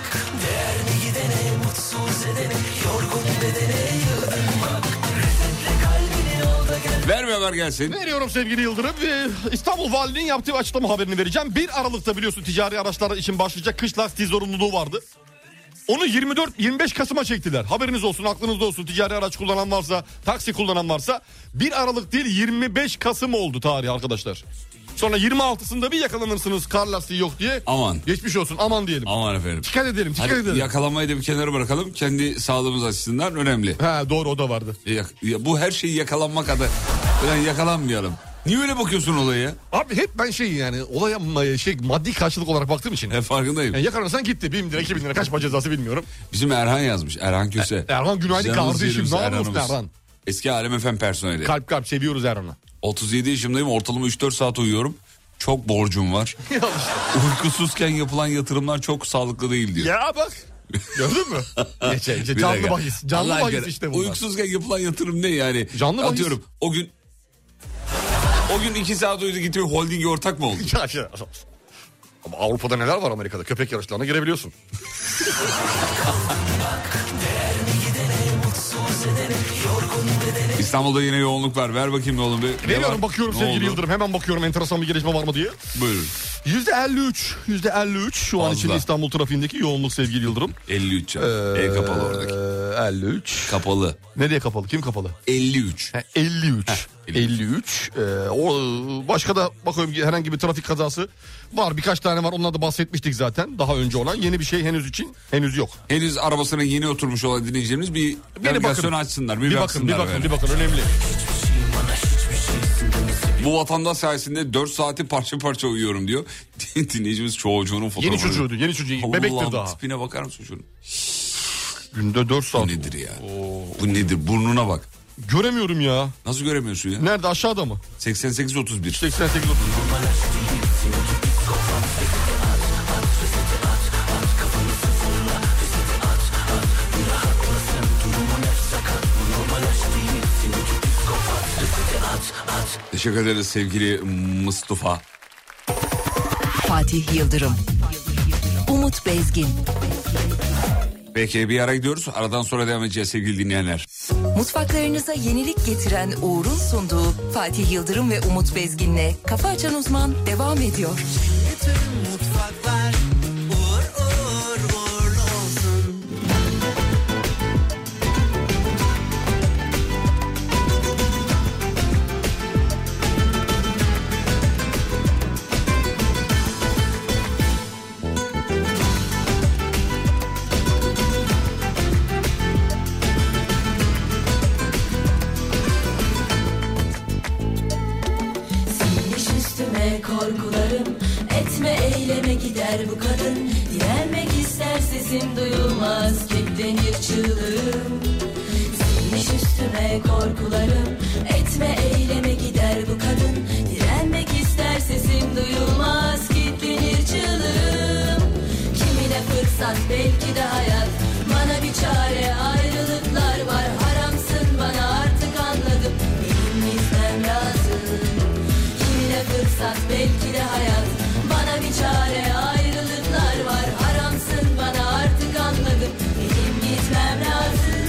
Ver bir haber gelsin. Veriyorum sevgili Yıldırım. Ee, İstanbul Valiliğinin yaptığı açıklama haberini vereceğim. bir Aralık'ta biliyorsun ticari araçlar için başlayacak kış lastiği zorunluluğu vardı. Onu yirmi dört yirmi beş Kasım'a çektiler. Haberiniz olsun, aklınızda olsun. Ticari araç kullanan varsa, taksi kullanan varsa. bir Aralık değil yirmi beş Kasım oldu tarihi arkadaşlar. Sonra yirmi altısında bir yakalanırsınız kar lastiği yok diye. Aman. Geçmiş olsun, aman diyelim. Aman efendim. Dikkat edelim, dikkat Hadi edelim. yakalamayı da bir kenara bırakalım. Kendi sağlığımız açısından önemli. He doğru, o da vardı. Ya, ya bu her şeyi yakalanmak adı. Ulan yakalanmayalım. Niye öyle bakıyorsun olaya? Abi hep ben şey yani olaya ma- şey maddi karşılık olarak baktığım için. He, farkındayım. Yani yakalanırsan gitti. bin lira, iki bin lira kaç para cezası bilmiyorum. Bizim Erhan yazmış. Erhan Köse. Erhan günaydın Canımız kardeşim. yerimiz Ne yapıyorsun Erhan'ımız. Erhan? Eski Alem F M personeli. Kalp kalp seviyoruz Erhan'ı. otuz yedi yaşındayım. Ortalama üç dört saat uyuyorum. Çok borcum var. Uykusuzken yapılan yatırımlar çok sağlıklı değil diyor. Ya bak. Gördün mü? Geçe, geçe. Bir Canlı dakika. bahis. Canlı Allah bahis aşkına, işte bunlar. Uykusuzken yapılan yatırım ne yani? Canlı bahis. Atıyorum o gün O gün iki saat uyudu gitti holdinge ortak mı oldu? Ya, ya. Ama Avrupa'da neler var Amerika'da? Köpek yarışlarına girebiliyorsun. İstanbul'da yine yoğunluk var. Ver bakayım oğlum bir. Veriyorum, bakıyorum sevgili Yıldırım. Hemen bakıyorum enteresan bir gelişme var mı diye. Buyurun. yüzde elli üç. yüzde elli üç şu an Fazla. için İstanbul trafiğindeki yoğunluk sevgili Yıldırım. elli üç ya. Ee, E kapalı oradaki. elli üç. Kapalı. Nereye kapalı? Kim kapalı? elli üç. He, elli üç. Heh, elli üç. Ee, o başka da bakıyorum herhangi bir trafik kazası var. Birkaç tane var. Onlardan da bahsetmiştik zaten. Daha önce olan yeni bir şey henüz için henüz yok. Henüz arabasına yeni oturmuş olan dinleyicilerimiz bir bakın. navigasyon açsınlar. Bir, Bir bakın, baksınlar bir bakın, böyle. bir bakın. Önemli. Bu vatandaş sayesinde dört saati parça parça uyuyorum diyor. Dinleyicimiz çocuğunun fotoğrafı. Yeni çocuğuydu, yeni çocuğu. Allah'ım, Bebektir daha. tipine bakar mısın şunun? Günde dört saat. Bu nedir ya? Bu nedir? Burnuna bak. Göremiyorum ya. Nasıl göremiyorsun ya? Nerede, aşağıda mı? seksen sekiz otuz bir. seksen sekiz otuz bir. Teşekkür ederiz sevgili Mustafa. Fatih Yıldırım, Umut Bezgin. Peki bir ara gidiyoruz. Aradan sonra devam edeceğiz sevgili dinleyenler. Mutfaklarınıza yenilik getiren Uğur'un sunduğu Fatih Yıldırım ve Umut Bezgin'le Kafa Açan Uzman devam ediyor. Mutfaklar uğur uğur uğurlu olsun. Sinmiş üstüme korkularım, etme eyleme gider bu kadın. Direnmek ister sesim duyulmaz, kilitlenir çığlığım. Sinmiş üstüme korkularım, etme eyleme gider bu kadın. Direnmek ister sesim duyulmaz, kilitlenir çığlığım. Kimine fırsat belki de hayat, bana bir çare ayrılıklar var. Haramsın bana artık anladım, benim gitmem lazım. Kimine fırsat belki de hayat, bana bir çare ayrılıklar var. Haramsın bana artık anladım, benim gitmem lazım.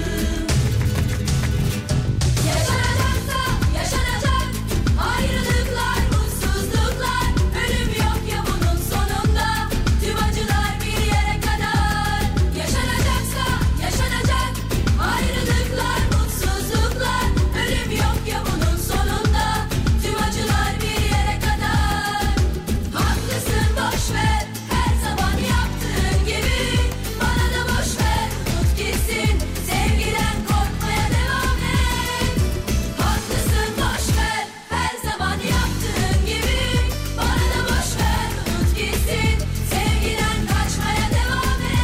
Yaşanacaksa yaşanacak ayrılıklar, mutsuzluklar. Ölüm yok ya bunun sonunda, tüm acılar bir yere kadar. Yaşanacaksa yaşanacak ayrılıklar, mutsuzluklar. Ölüm yok ya bunun sonunda, tüm acılar bir yere kadar. Haklısın boş ver, her zaman yaptığın gibi. Bana da boş ver, unut gitsin, sevgiden korkmaya devam et. Haklısın boş ver, her zaman yaptığın gibi. Bana da boş ver, unut gitsin, sevgiden kaçmaya devam et.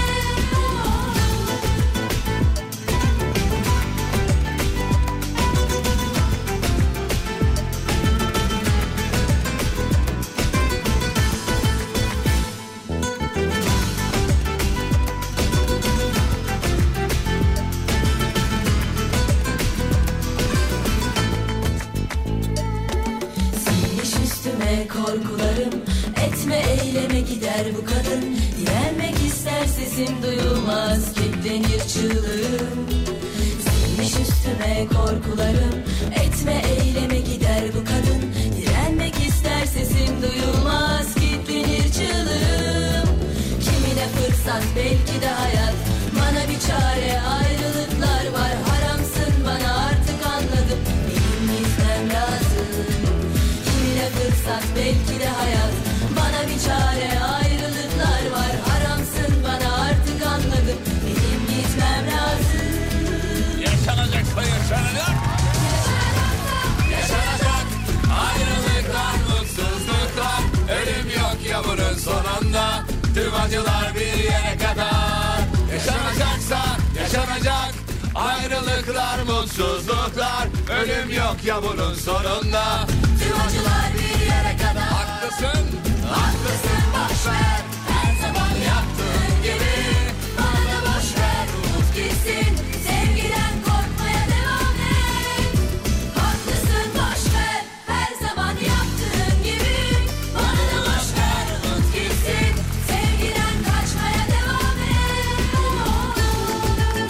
Sinmiş üstüme korkularım, etme eyleme gider bu kadın. Direnmek ister sesim duyulmaz, kilitlenir çığlığım. Sinmiş üstüme korkularım, etme eyleme gider bu kadın. Direnmek ister sesim duyulmaz, kilitlenir çığlığım. Kimine fırsat belki de hayat, bana bir çare ayrılıklar var. Haramsın bana artık anladım, benim gitmem lazım. Kimine fırsat belki de hayat, bana bir çare ayrılıklar var. Haramsın bana artık anladım, benim gitmem lazım. Yaşanacaksa yaşanacak. Yaşanacak ayrılıklar, mutsuzluklar. Ölüm yok ya bunun sonunda, tüm acılar bir yere kadar. Yaşanacaksa yaşanacak ayrılıklar, mutsuzluklar. Ölüm yok ya bunun sonunda, Tüm acılar bir yere kadar. haklısın. Haklısın boş ver, her zaman yaptığın gibi. Bana da boş ver, unut gitsin, sevgiden korkmaya devam et. Haklısın boş ver, her zaman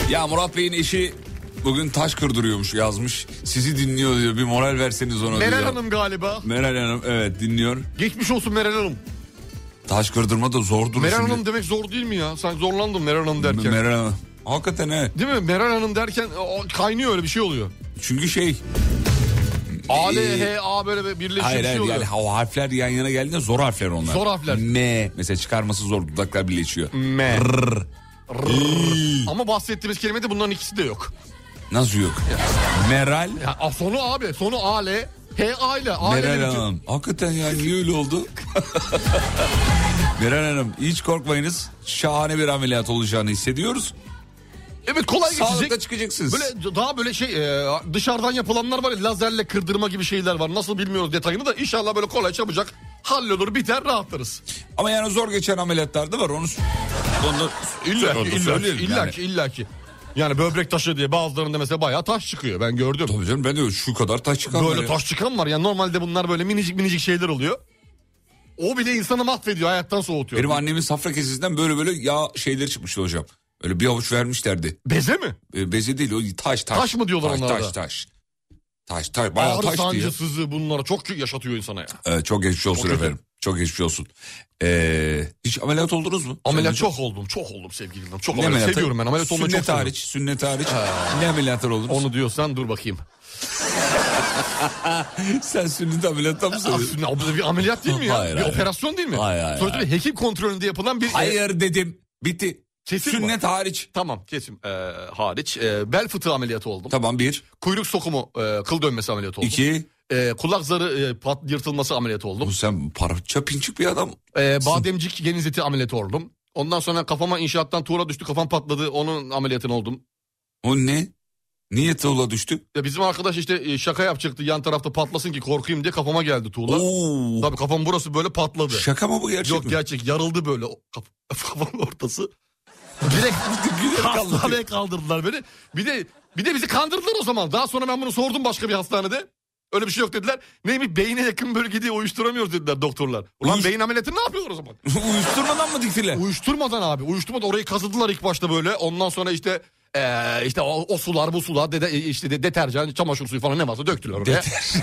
Ya Murat Bey'in eşi bugün taş kırdırıyormuş, yazmış. Sizi dinliyor diyor, bir moral verseniz ona diyor. Meral Hanım galiba. Meral Hanım evet dinliyor. Geçmiş olsun Meral Hanım. Taş kırdırma da zordur. Meral şimdi. Hanım demek zor değil mi ya? Sanki zorlandım Meral Hanım derken. Meral Hanım. Hakikaten evet. Değil mi? Meral Hanım derken o, kaynıyor, öyle bir şey oluyor. Çünkü şey... A, L, Ee, H, A böyle birleşik Hayır bir şey hayır oluyor. yani o harfler yan yana geldiğinde zor harfler onlar. Zor harfler. M mesela çıkarması zor, dudaklar birleşiyor. M. Rrr. Ama bahsettiğimiz kelimede bunların ikisi de yok. Nasıl yok? Meral. Ya, a, sonu abi sonu A, L, H, A ile. A, Meral L'nin Hanım. Hakikaten ya niye öyle oldu? Meral Hanım hiç korkmayınız. Şahane bir ameliyat olacağını hissediyoruz. Evet, kolay geçecek. Sağlıkla çıkacaksınız. Böyle daha böyle şey e, dışarıdan yapılanlar var ya, lazerle kırdırma gibi şeyler var. Nasıl bilmiyoruz detayını da, inşallah böyle kolay çabucak hallolur, biter, rahatlarız. Ama yani zor geçen ameliyatlar da var. Onu, onu İlla ki, onu illa ki, söyleyelim illa yani. ki, illa ki. Yani böbrek taşı diye bazılarında mesela bayağı taş çıkıyor, ben gördüm. Tabii canım, ben de şu kadar taş çıkan var Böyle ya. taş çıkan var yani, normalde bunlar böyle minicik minicik şeyler oluyor. O bile insanı mahvediyor, hayattan soğutuyor. Benim annemin safra kesesinden böyle böyle yağ şeyleri çıkmıştı hocam. Öyle bir avuç vermişlerdi. Beze mi? E, beze değil, o taş taş. Taş mı diyorlar taş, onlara taş, da? Taş taş. Taş bayağı Ağrı taş diye. sancısızı bunlara çok yaşatıyor insana ya. Evet, çok geçmiş olsun Çok efendim. Çok geçmiş olsun. Ee, hiç ameliyat oldunuz mu? Ameliyat Sen- çok oldum, çok oldum sevgilim. Çok Ne ameliyat ameliyatı? seviyorum ben, ameliyat olmayı çok Sünnet seviyorum. hariç, sünnet hariç. Ne ameliyatlar oldunuz? Onu diyorsan dur bakayım. Sen sünnet ameliyattan mı söylüyorsun? Aslında o bir ameliyat değil mi ya? Hayır, bir hayır. operasyon değil mi? Hayır, hayır, Sonuçta hayır. bir hekim kontrolünde yapılan bir... Hayır dedim. Bitti. Kesin Sünnet mi? hariç. Tamam, kesim e, hariç. E, bel fıtığı ameliyatı oldum. Tamam bir. Kuyruk sokumu, e, kıl dönmesi ameliyatı oldum. İki. E, kulak zarı e, pat, yırtılması ameliyatı oldum. Bu sen parça pinçik bir adam. E, bademcik genizleti ameliyatı oldum. Ondan sonra kafama inşaattan tuğla düştü, kafam patladı, onun ameliyatını oldum. O ne? Niye tuğla düştü? Ya bizim arkadaş işte e, şaka yapacaktı, yan tarafta patlasın ki korkayım diye, kafama geldi tuğla. Oo. Tabii kafam burası böyle patladı. Şaka mı bu, gerçek Yok mi? gerçek, yarıldı böyle o kaf- kafamın ortası. Direkt hastaneye kaldırdılar beni. Bir de bir de bizi kandırdılar o zaman. Daha sonra ben bunu sordum başka bir hastanede. Öyle bir şey yok dediler. Neymiş, beyne yakın bölgede uyuşturamıyoruz dediler doktorlar. Ulan Uyuş- beyin ameliyatını ne yapıyorlar o zaman? Uyuşturmadan mı diktiler? Uyuşturmadan abi. Uyuşturmadan orayı kazıdılar ilk başta böyle. Ondan sonra işte ee, işte o, o sular bu sular dede, işte de, deterjan, çamaşır suyu falan ne varsa döktüler oraya.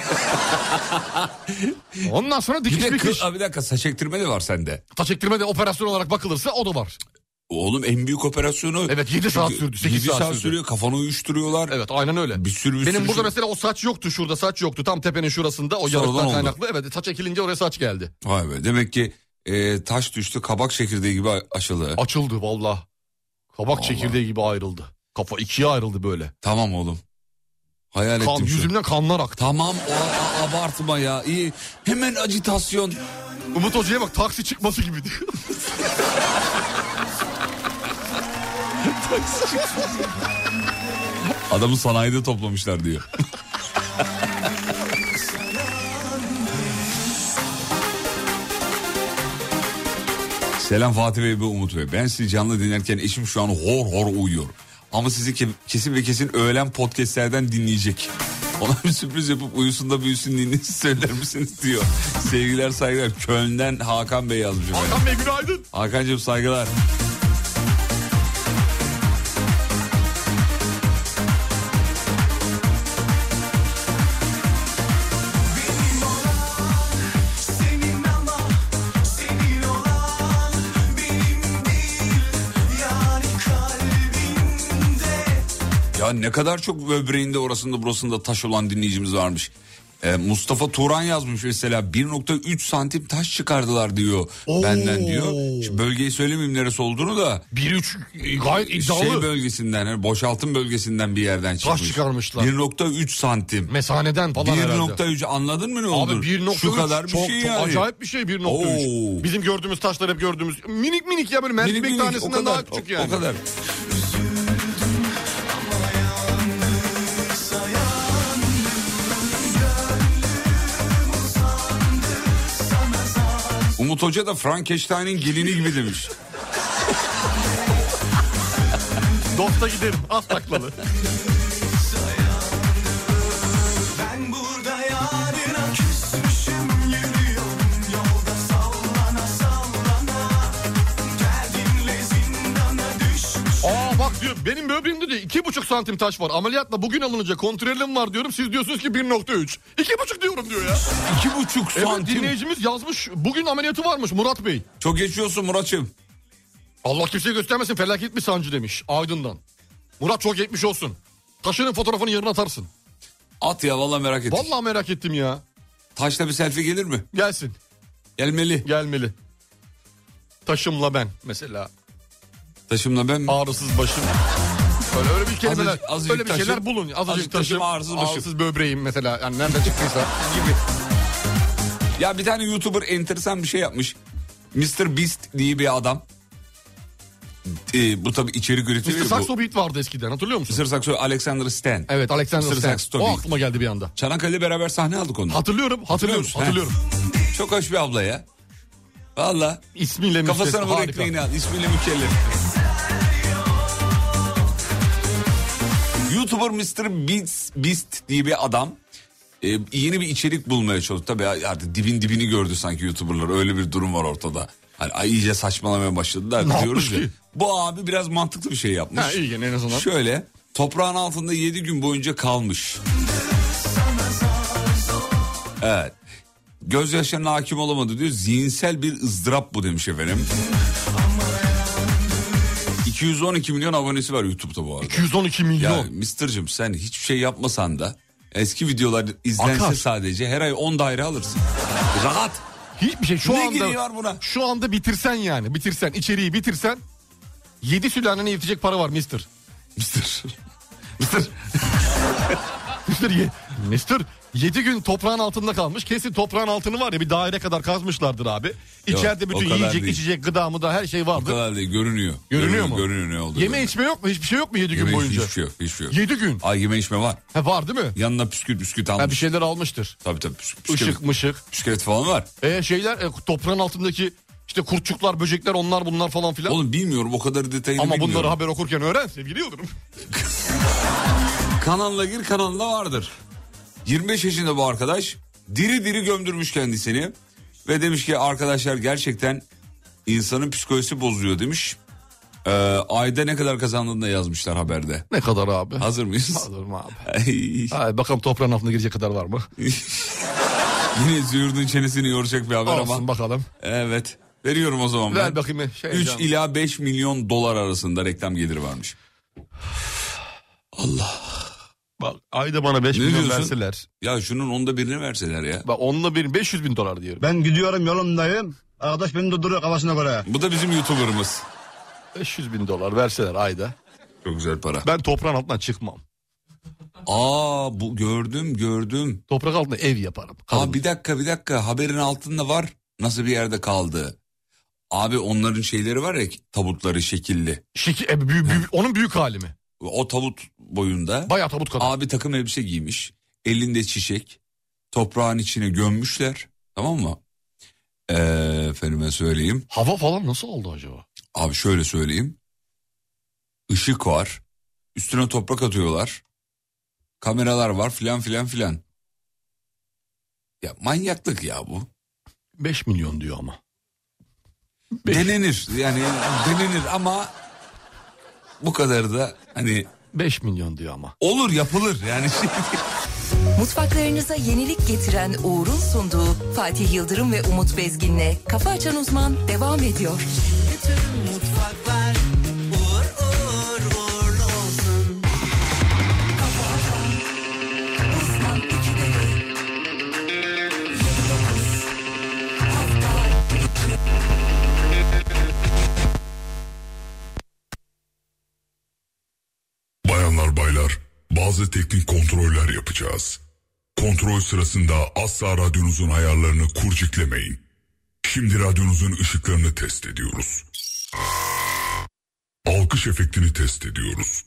Ondan sonra Bir dikiş de dikiş. kı- bir dakika, saç ektirme de var sende. Saç ektirme de operasyon olarak bakılırsa o da var. Oğlum en büyük operasyonu. Evet, yedi saat Çünkü sürdü, sekiz yedi saat saat sürdü. sürüyor, kafanı uyuşturuyorlar. Evet aynen öyle. Bir sürü bir Benim sürü burada şey- mesela o saç yoktu, şurada saç yoktu. Tam tepenin şurasında, o Sonradan yarıktan oldu. kaynaklı. Evet, saç ekilince oraya saç geldi. Vay be, demek ki e, taş düştü, kabak çekirdeği gibi açıldı. Açıldı valla. Kabak Vallahi. çekirdeği gibi ayrıldı. Kafa ikiye ayrıldı böyle. Tamam oğlum. Hayal Kan, ettim şu an. yüzümden kanlar aktı. Tamam o, a- abartma ya. İyi. Hemen acitasyon. Umut Hoca'ya bak, taksi çıkması gibi diyor. Adamı sanayide toplamışlar diyor. Selam Fatih Bey ve Umut Bey. Ben sizi canlı dinlerken eşim şu an hor hor uyuyor. Ama sizi ke- kesin ve kesin öğlen podcastlerden dinleyecek. Ona bir sürpriz yapıp uyusun da büyüsün dinleyinizi söyler misiniz diyor. Sevgiler saygılar. Köln'den Hakan Bey yazmış. efendim. Hakan Bey günaydın. Hakan'cığım saygılar. Ya ne kadar çok böbreğinde orasında burasında taş olan dinleyicimiz varmış. Ee, Mustafa Turan yazmış mesela, bir nokta üç santim taş çıkardılar diyor Oo. benden diyor. Şimdi bölgeyi söylemeyeyim neresi olduğunu da. bir üç gayet iddialı. Şey bölgesinden, yani boşaltım bölgesinden bir yerden çıkmış. Taş çıkarmışlar. bir nokta üç santim. Mesaneden falan herhalde. bir nokta üç anladın mı ne oldu? Abi bir nokta üç Şu kadar bir çok, şey çok yani. acayip bir şey bir nokta üç. Oo. Bizim gördüğümüz taşlar hep gördüğümüz minik minik ya, böyle mercimek Minik minik, tanesinden o kadar, daha küçük o- yani. O kadar. Umut Hoca da Frankenstein'in gelini gibi demiş. Dosta giderim az taklalı. Ben burada yarına küsmüşüm, yürüyorum yolda sallana sallana. Derdinle zindana düşmüş. Aa bak diyor, benim böbreğimde de iki buçuk santim taş var. Ameliyatla bugün alınacak kontrolüm var diyorum. Siz diyorsunuz ki bir nokta üç. İki buçuk diyorum diyor ya. İki buçuk Evet, santim. dinleyicimiz yazmış. Bugün ameliyatı varmış Murat Bey. Çok geçiyorsun Murat'cığım. Allah kimseye göstermesin, felaket bir sancı demiş Aydın'dan. Murat çok geçmiş olsun. Taşının fotoğrafını yarın atarsın. At ya, vallahi merak ettim. Vallahi merak ettim ya. Taşla bir selfie gelir mi? Gelsin. Gelmeli. Gelmeli. Taşımla ben mesela. Taşımla ben mi? Ağrısız başım. Öyle, öyle bir kelimeler, Azıcık- azıcık öyle bir şeyler taşım, bulun. Azıcık, azıcık taşım, taşım, ağrısız başım. ağrısız böbreğim mesela. Yani nereden çıktıysa gibi. Ya bir tane YouTuber enteresan bir şey yapmış. mister Beast diye bir adam. Ee, bu tabii içerik üretiyor. mister Saxo Beat vardı eskiden, hatırlıyor musun? mister Saxo, Alexander Stan. Evet, Alexander mister Stan. Saxo O Beat. aklıma geldi bir anda. Çanakkale'de beraber sahne aldık onu. Hatırlıyorum, hatırlıyorum, musun? hatırlıyorum. Çok hoş bir abla ya. Valla. İsmiyle Kafasına müstesna, bu harika. ekmeğini al. İsmiyle mükellef. YouTuber mister Beast, Beast diye bir adam e, yeni bir içerik bulmaya çalıştı. Tabii artık dibin dibini gördü sanki YouTuber'lar. Öyle bir durum var ortada. Hani ay, iyice saçmalamaya başladılar. Ne diyoruz yapmış ya. ki? Bu abi biraz mantıklı bir şey yapmış. Ha, iyi gene en azından. Şöyle, toprağın altında yedi gün boyunca kalmış. Evet. Gözyaşlarına hakim olamadı diyor. Zihinsel bir ızdırap bu demiş efendim. iki yüz on iki milyon abonesi var YouTube'da bu arada. iki yüz on iki milyon. Ya mistercığım, sen hiçbir şey yapmasan da eski videolar izlense Akar. sadece her ay on daire alırsın. Rahat. Hiçbir şey şu Ne anda. gereği var buna? Şu anda bitirsen yani. Bitirsen, içeriği bitirsen. Yedi sülalene yetecek para var mister. Mister. Mister. Mister, ye, mister yedi gün toprağın altında kalmış. Kesin toprağın altını var ya bir daire kadar kazmışlardır abi. İçeride o bütün kadar yiyecek, değil. içecek, gıda mı da her şey O vardır. kadar değil, görünüyor. Görünüyor mu? Görünüyor ne oldu. Yeme içme yok mu? Hiçbir şey yok mu yedi gün Yeme içme, boyunca? hiçbir şey yok. Hiçbir şey yok. Yedi gün. Ay, yeme içme var. Ha, var değil mi? Yanına püskürt püskürt almış. Ha, bir şeyler almıştır. Tabii tabii. Püskürt, püskürt. Işık mışık. Püskürt falan var. E şeyler e, toprağın altındaki işte kurtçuklar, böcekler, onlar bunlar falan filan. Oğlum bilmiyorum, o kadar detayını Ama bilmiyorum. bunları haber okurken öğren sevgili Yıldırım. Kanalına gir, kanalında vardır. yirmi beş yaşında bu arkadaş. Diri diri gömdürmüş kendisini. Ve demiş ki arkadaşlar, gerçekten insanın psikolojisi bozuyor demiş. Ee, ayda ne kadar kazandığını da yazmışlar haberde. Ne kadar abi? Hazır mıyız? Hazırım abi. Ay. Ay, bakalım toprağın altına girecek kadar var mı? Yine züğürdün çenesini yoracak bir haber Olsun ama. bakalım. Evet. Veriyorum o zaman Ver ben. bakayım. Şey üç canım. ila beş milyon dolar arasında reklam geliri varmış. Allah. Bak ayda bana beş Ne milyon diyorsun? verseler. Ya şunun onda birini verseler ya. Bak onunla bir beş yüz bin dolar diyorum. Ben gidiyorum yolumdayım. Arkadaş beni durduruyor kafasına göre. Bu da bizim YouTuber'ımız. beş yüz bin dolar verseler ayda. Çok güzel para. Ben toprağın altından çıkmam. Aa, bu gördüm gördüm. Toprak altında ev yaparım. Aa, bir dakika bir dakika, haberin altında var. Nasıl bir yerde kaldı? Abi onların şeyleri var ya, tabutları şekilli. Şiki, e, büyü- büyü- onun büyük hali mi? O tabut boyunda. Bayağı tabut kadar. Abi takım elbise giymiş. Elinde çiçek. Toprağın içine gömmüşler. Tamam mı? Ee, efendime söyleyeyim. Hava falan nasıl oldu acaba? Abi şöyle söyleyeyim. Işık var. Üstüne toprak atıyorlar. Kameralar var filan filan filan. Ya manyaklık ya bu. beş milyon diyor ama. Beş. Denenir yani, denenir ama bu kadar da hani beş milyon diyor ama. olur, yapılır yani. Mutfaklarınıza yenilik getiren Uğur'un sunduğu Fatih Yıldırım ve Umut Bezgin'le Kafa Açan Uzman devam ediyor. Bütün mutfaklar uğur uğur uğurlu olsun. Uzman ikide bir. Bayanlar baylar, bazı teknik kontroller yapacağız. Kontrol sırasında asla radyonuzun ayarlarını kurciklemeyin. Şimdi radyonuzun ışıklarını test ediyoruz. Alkış efektini test ediyoruz.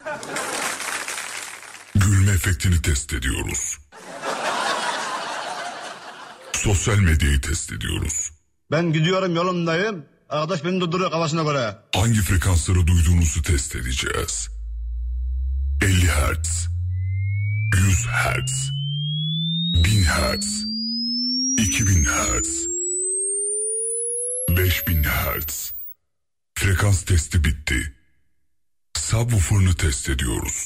Gülme efektini test ediyoruz. Sosyal medyayı test ediyoruz. Ben gidiyorum yolumdayım. Arkadaş beni durduruyor kafasına göre. Hangi frekansları duyduğunuzu test edeceğiz. elli hertz, yüz hertz, bin hertz, iki bin hertz, beş bin hertz. Frekans testi bitti. subwoofer'ını test ediyoruz.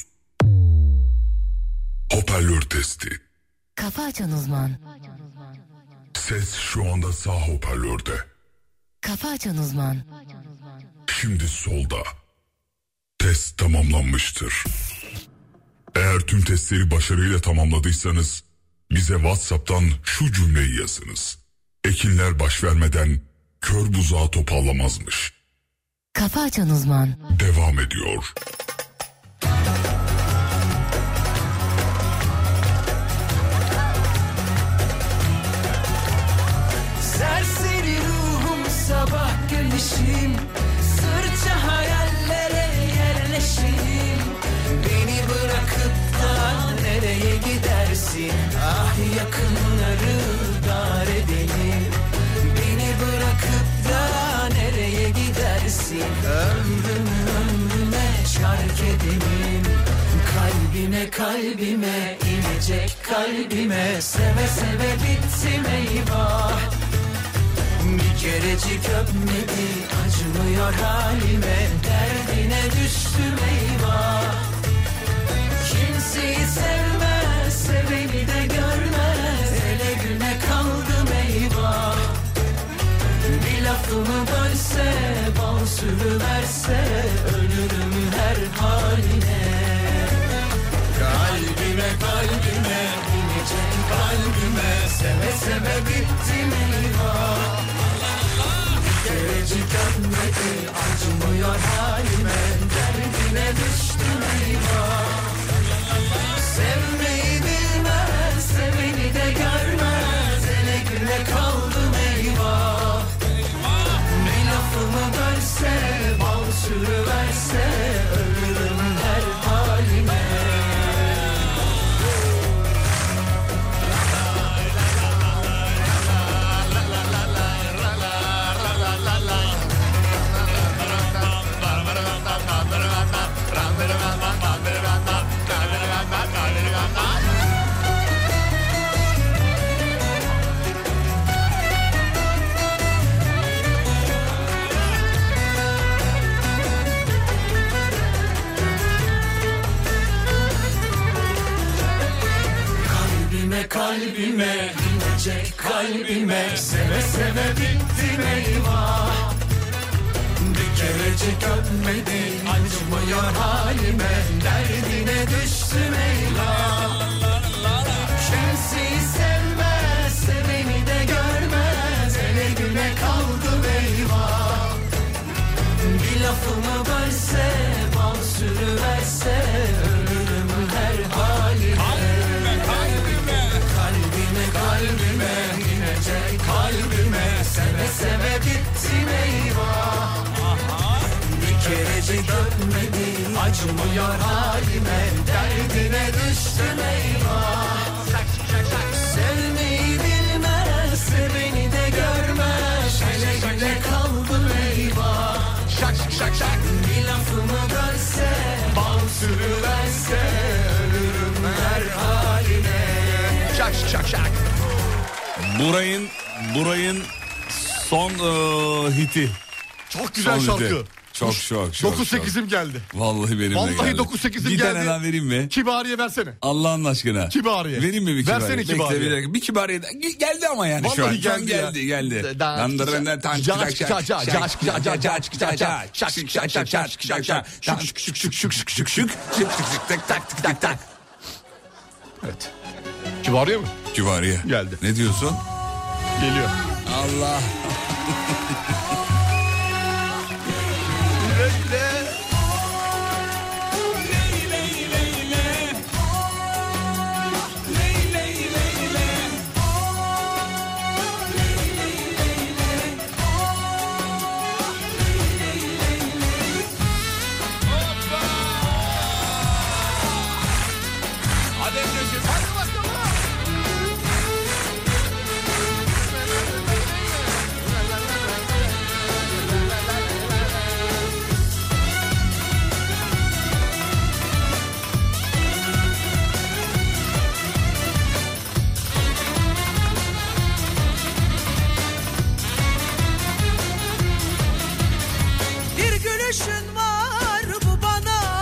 Hoparlör testi. Kafa Açan Uzman. Ses şu anda sağ hoparlörde. Kafa Açan Uzman. Şimdi solda. Test tamamlanmıştır. Eğer tüm testleri başarıyla tamamladıysanız bize WhatsApp'tan şu cümleyi yazınız. Ekinler baş vermeden kör buzağı topallamazmış. Kafa Açan Uzman. Devam ediyor. Serseri ruhum sabah güneşim, sırça hayallere yerleşim. Beni bırakıp da nereye gidersin? Ah yakınları dar edelim. Beni bırakıp da nereye gidersin? Ömrümü ömrüme şark edelim. Kalbime kalbime inecek kalbime, seve seve bittim eyvah. Bir kerecik öpmedi acımıyor halime, derdine düştüm eyvah. Kimseyi sevmez, seveni de görmez, ele güne kaldım eyvah. Bir lafımı bölse, bal sürüverse, ölürüm her haline. Kalbime kalbime inecek kalbime, seve seve bittim eyvah. Bir kerecik öpmedi acımıyor halime, derdine düştüm eyvah. Sevmeyi bilmez, seveni de görmez, ele güne kaldım eyvah. Bir lafımı bölse, bal sürüverse, ölürüm her halime. Kalbime inecek kalbime, seve seve bittim eyvah. Bir kerecik öpmedi acımıyor halime, derdine düştüm eyvah. Kimseyi sevmez, seveni de görmez, ele güne kaldım eyvah. Bir lafımı bölse, bal sürüverse, ölürüm her halime. Kalbime inecek kalbime, seve seve bittim eyvah. Bir kerecik öpmedi acımıyor halime, derdine düştüm eyvah. Sevmeyi bilmez, seveni de görmez, hele güne kaldım eyvah. Bir lafımı bölse, bal sürüverse, ölürüm her haline. Şak şak şak. Burayın Burayın son e, hiti. Çok güzel Son şarkı. hiti. Çok şok şok. dokuz sekizim geldi. Vallahi benim de geldi. Vallahi dokuz sekizim bir geldi. Bir tane daha vereyim mi? Kibariye versene. Allah'ın aşkına. Kibariye. Vereyim mi bir kibariye? Versene Bekle, kibariye. bir, dakika. bir kibariye. Geldi ama yani vallahi şu an. geldi, Şu an geldi geldi. Evet. Kibariye mi? Kibariye. Geldi. Ne diyorsun? Geliyor. Allah. Bir gülüşün var bu bana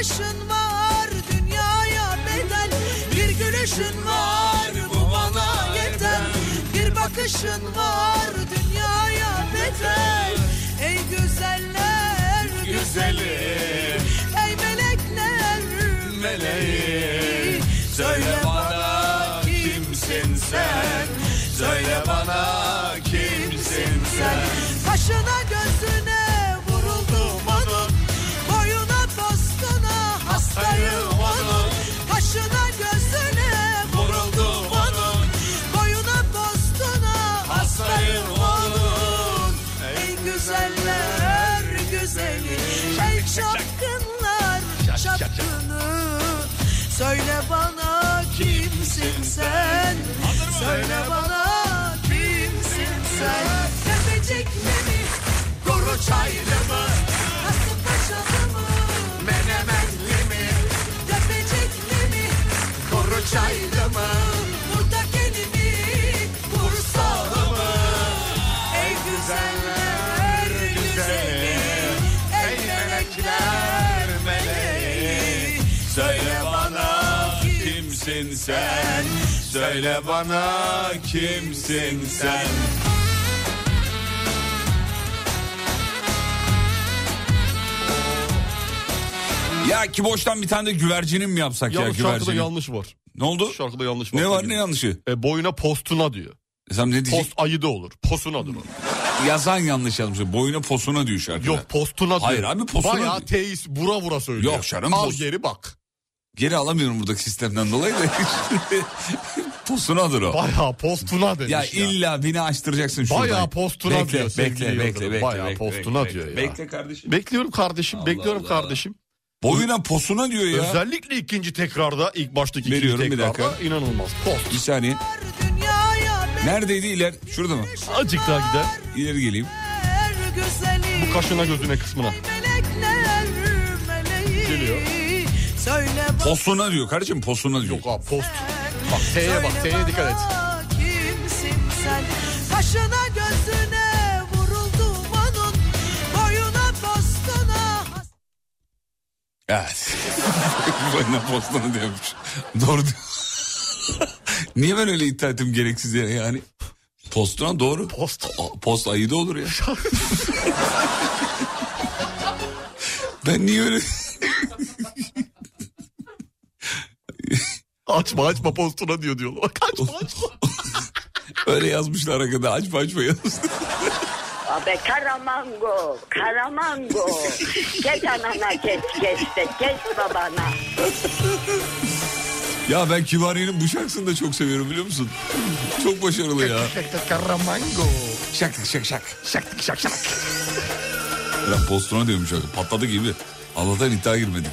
bakışın var dünyaya bedel. Bir gülüşün var bu bana yeter. Bir bakışın var dünyaya bedel. Ey güzeller güzeli, ey melekler meleği. Söyle bana kimsin sen? Söyle bana kimsin sen? Kaşına gözüne vuruldum onun, boyuna postuna hastayım onun. Kaşına gözüne vuruldum onun, boyuna postuna hastayım onun. Ey güzeller güzeli, ey çapkınlar çapkını. Söyle bana kimsin sen? Söyle bana kimsin sen? Tepecikli mi? Kuru çaylı mı? Kasımpaşalı mı? Menemenli mi? Tepecikli mi? Kuru çaylı mı? Buradakeli mi? Bursalı mı? Ey güzeller güzeli, ey melekler meleği. Söyle bana kimsin sen? Söyle bana kimsin sen? Ya ki boştan bir tane de güvercinim mi yapsak ya, Yalnız güvercinim? şarkıda yanlış var. Ne oldu? Şarkıda yanlış var. Ne var, ne yanlışı? E, boyuna postuna diyor. E sen ne diyecek? Post ayı da olur. Posunadır o. Yazan yanlış yazmış. Boyuna posuna diyor şarkıda. Yok postuna diyor. Hayır abi, posuna Bayağı diyor. teis vura vura söylüyor. Yok canım, Al pos- geri bak. Geri alamıyorum buradaki sistemden dolayı da. Posunadır o. Bayağı postuna demiş Ya, ya. illa beni açtıracaksın şuradan. Bayağı postuna bekle, diyor bekle, sevgili bekle, Yıldırım. bekle, Bayağı bekle, postuna bekle, diyor ya. Bekle kardeşim. Bekliyorum kardeşim. Allah bekliyorum Allah. kardeşim. Boyuna posuna diyor ya. Özellikle ikinci tekrarda, ilk baştaki Veriyorum, ikinci bir tekrarda dakika. inanılmaz. Post. Bir saniye. Neredeydi iler? Şurada mı? Azıcık daha gider. İleri geleyim. Bu kaşına gözüne kısmına. Geliyor. Posuna diyor kardeşim, posuna diyor. Yok abi post. Bak T'ye bak, T'ye dikkat et. Kimsin sen? Kaşına gözüne vuruldum onun, boyuna postuna. Evet. Boyuna postuna diyormuş. Doğru diyor. Niye ben öyle iddia ettim gereksiz yere yani? Postuna doğru. Post. A- Post ayı da olur ya. Ben niye öyle... Açma açma postuna diyor diyorlar. Bak açma açma. Öyle yazmışlar arkada, açma açma yazmışlar. Abi karamango, karamango. Geç anana geç geç de geç babana. Ya ben Kibariye'nin bu şarkısını da çok seviyorum biliyor musun? Çok başarılı ya. Karamango. Şak şak şak. Şak şak şak. Ben postuna diyorum şarkı. Patladı gibi. Allah'tan iddia girmedik.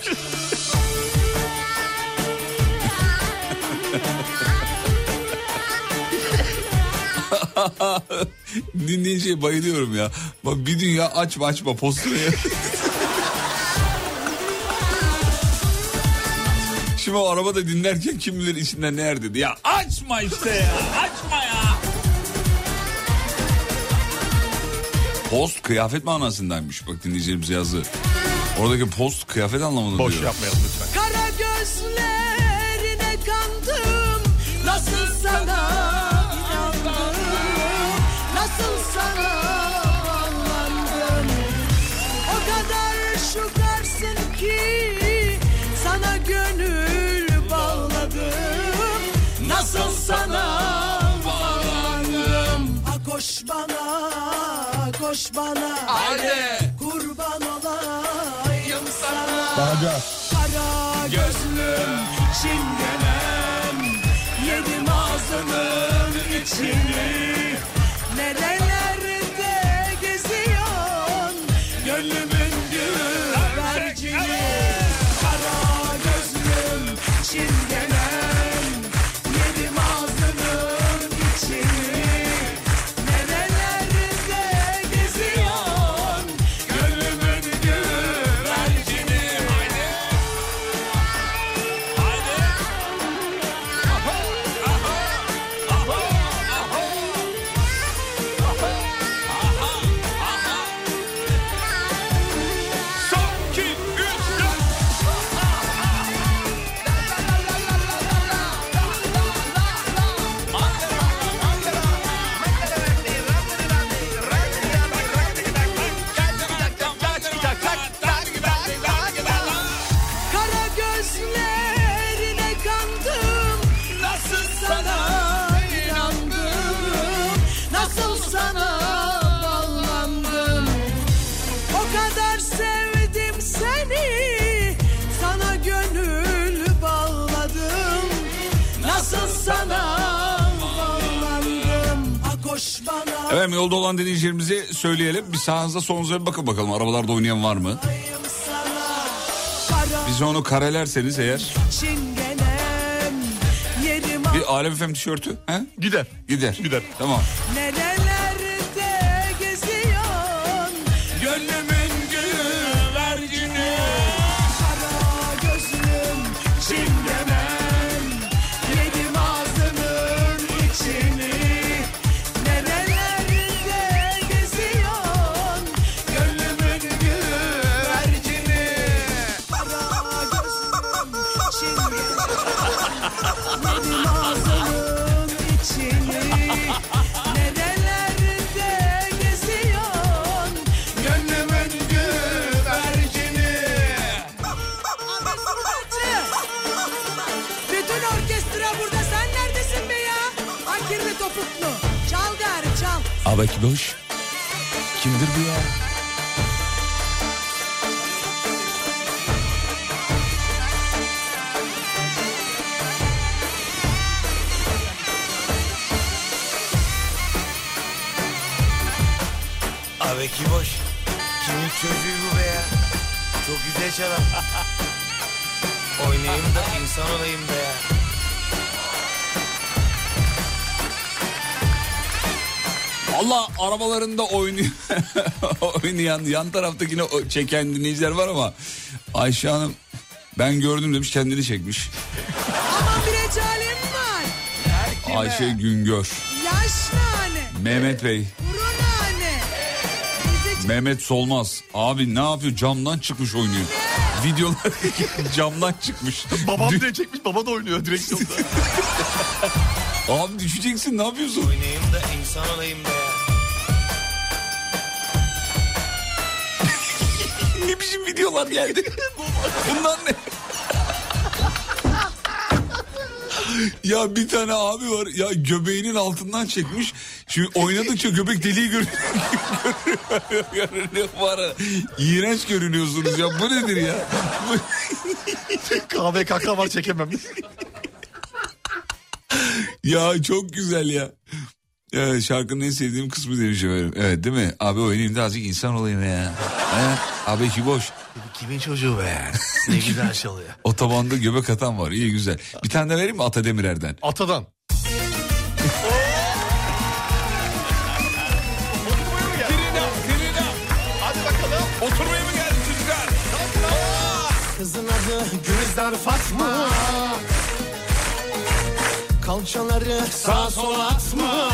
Dinleyiciye bayılıyorum ya. Bak bir dünya açma açma postunu ya. Şimdi o arabada dinlerken kim bilir içinden ne er dedi. Ya açma işte ya, açma ya. Post kıyafet manasındaymış, bak dinleyicilerimiz yazdı. Oradaki post kıyafet anlamında Boş diyor. yapmayalım lütfen. Kara gözlerine kandım, nasıl sana inandım, nasıl sana bağlandım. O kadar şukarsın ki sana gönül bağladım, nasıl sana bağlandım. Ha koş bana, koş bana, Haydi. kurban olayım sana. Bahaca. Kara gözlüm çingenem, yedim ağzının içini. Nerelerde geziyorsun gönlümün güvercini. Kara gözlüm çingenem, yedim ağzının içini. Nerelerde geziyorsun gönlümün güvercini. Efendim yolda olan dinleyicilerimize söyleyelim. Bir sağınıza solunuza bir bakın bakalım. Arabalarda oynayan var mı? Bize onu karelerseniz eğer. Bir Alem Efem tişörtü. He? Gider. Gider. Gider. Tamam. Nerelerde geziyorsun gönlümün güvercini. Kara gözlüm çingenem yedim ağzının içini. Nerelerde geziyorsun gönlümün güvercini. Kara gözlüm çingenem yedim ağzının içini. Abi boş. Kimdir bu ya? Abi ki boş. Kimin çocuğu bu be ya? Çok güzel çalar. Oynayayım da insan olayım be ya. Allah arabalarında oynuyor. oynayan yan taraftakine çeken dinleyiciler var ama Ayşe Hanım ben gördüm demiş, kendini çekmiş. Aman bir ecalim var. Ayşe Güngör. Yaş nane. Mehmet Bey. Kuru nane. Mehmet Solmaz. Abi ne yapıyor? Camdan çıkmış oynuyor. Videolar camdan çıkmış. Babam diye çekmiş, baba da oynuyor direksiyonda. Abi düşeceksin, ne yapıyorsun? Oynayayım da insan olayım be ya. Ne biçim videolar geldi? Bunlar ne? Ya bir tane abi var ya, göbeğinin altından çekmiş. Şimdi oynadıkça göbek deliği görünüyor. görünüyor var. İğrenç görünüyorsunuz ya. Bu nedir ya? K V K K var, çekemem. Ya çok güzel ya. Ya şarkının en sevdiğim kısmı demiş efendim. Evet değil mi? Abi oynayayım da azıcık insan olayım ya. He? Abi ki boş. Kimin çocuğu be? Ne güzel çalıyor. Otobanda göbek atan var. İyi güzel. Bir tane de vereyim mi Ata Demirer'den? Atadan. Hadi bakalım. Oturmaya mı geldin çocuklar? Kızın adı Gülizar Fatma. Kalçaları sağ sola atma.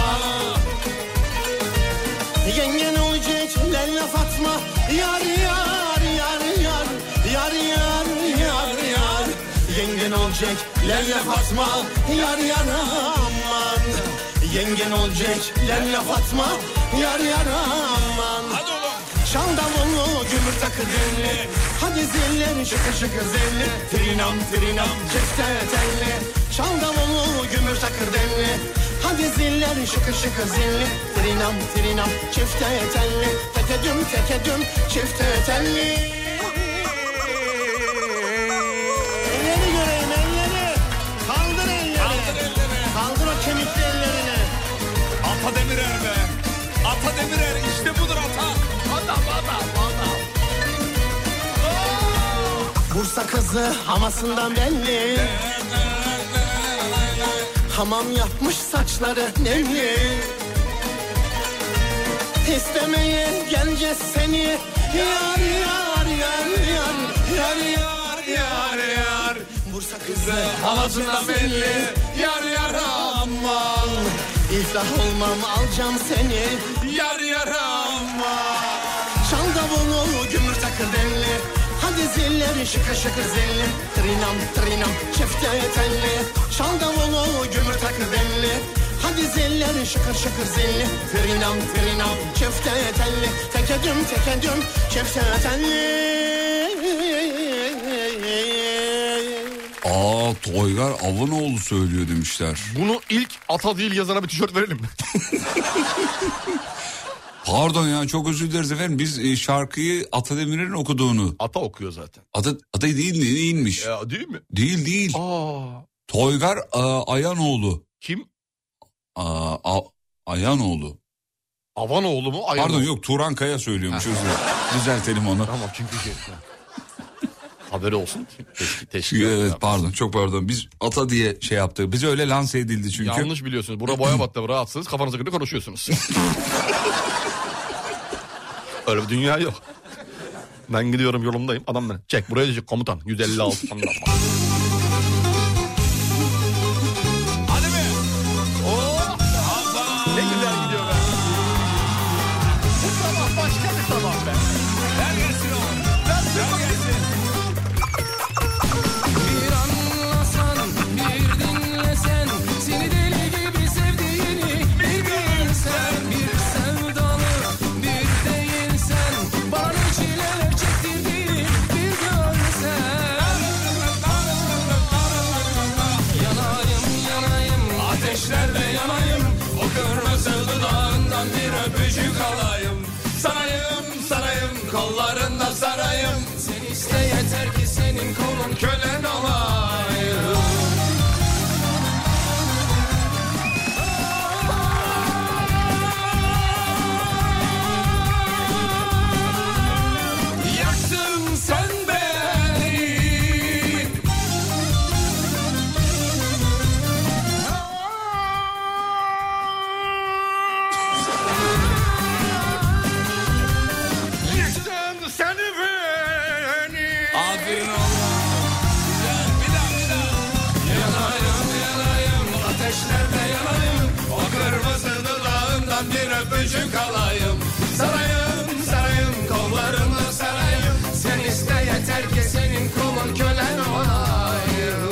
Yengen olacak Lella Fatma. Yar yar yar yar. Yar yar yar yar. Yengen olacak Lella Fatma. Yar yar aman. Yengen olacak Lella Fatma. Yar yar aman. Hadi oğlum. Şal davulu gümür takı dilli. Hadi zilleri şıkır şıkır zilli. Trinam trinam çifte telli. Şal davulu gümür takır dilli. Hadi zilleri şıkır şıkır zilli. Trinam trinam çifte telli. Teke düm teke düm çifte telli. Elleri göreyim elleri. Kaldır elleri. Kaldır elleri. Kaldır o kemikli ellerini. Ata Demirer be. Ata Demirer işte budur ata. Adam adam adam. Bursa kızı hamasından belli. Hamam yapmış saçları nemli. İstemeye geleceğiz seni. Yar yar yar yar. Yar yar yar yar. Bursa kızı hamasından belli. Yar yar aman. İflah olmam alacağım seni. Yar yar aman. Çal davulu gümür takır denli. Hadi zilleri şıkır şıkır zilli. Trinam trinam çifte telli. Çal davulu gümür takır denli. Hadi zilleri şıkır şıkır zilli. Trinam trinam çifte telli. Teke düm teke düm çifte telli. Aa Toygar Avanoğlu söylüyor demişler. Bunu ilk Ata değil yazana bir tişört verelim mi? Pardon ya, çok özür dileriz efendim. Biz e, şarkıyı Ata Demirer'in okuduğunu. Ata okuyor zaten. Ata, Ata değil değilmiş. Ya, değil mi? Değil değil. Aa. Toygar a, Ayanoğlu. Kim? A, a, Ayanoğlu. Avanoğlu mu? Ayanoğlu. Pardon yok Turan Kaya söylüyormuş. Özür dilerim. Düzeltelim onu. Tamam çünkü şey. Haberi olsun. Teşkil, teşkil Evet pardon çok pardon. Biz ata diye şey yaptık. Bize öyle lanse edildi çünkü. Yanlış biliyorsunuz. Bura Boyabat'ta rahatsınız. Kafanıza göre konuşuyorsunuz. Öyle bir dünya yok. Ben gidiyorum yolumdayım. Adam beni çek buraya çek komutan. yüz elli altı. Hadi be. Oh. Ne güzel gidiyor be. Bu sabah başka bir sabah be. Ver gelsin o. Ver gelsin. Bir anlasan, bir dinlesen, seni deli gibi sevdiğini bir bilsen, bir sevdalı, bir değilsen, bana ne çileler çektirdiğini bir görsen. Yanayım, yanayım, ateşlerde yanayım, o kırmızı dudağından bir öpücük alayım. Sarayım, sarayım, kollarında sarayım, sen iste yeter ki senin kolun kölen olayım. Yaktın sen beni. Yaktın sen beni. Aferin oğlum. Bir daha bir daha. Yanayım, yanayım, ateşlerde yanayım, o kırmızı dudağından bir öpücük alayım. Sarayım, sarayım, kollarını sarayım, sen iste yeter ki senin kulun kölen olayım.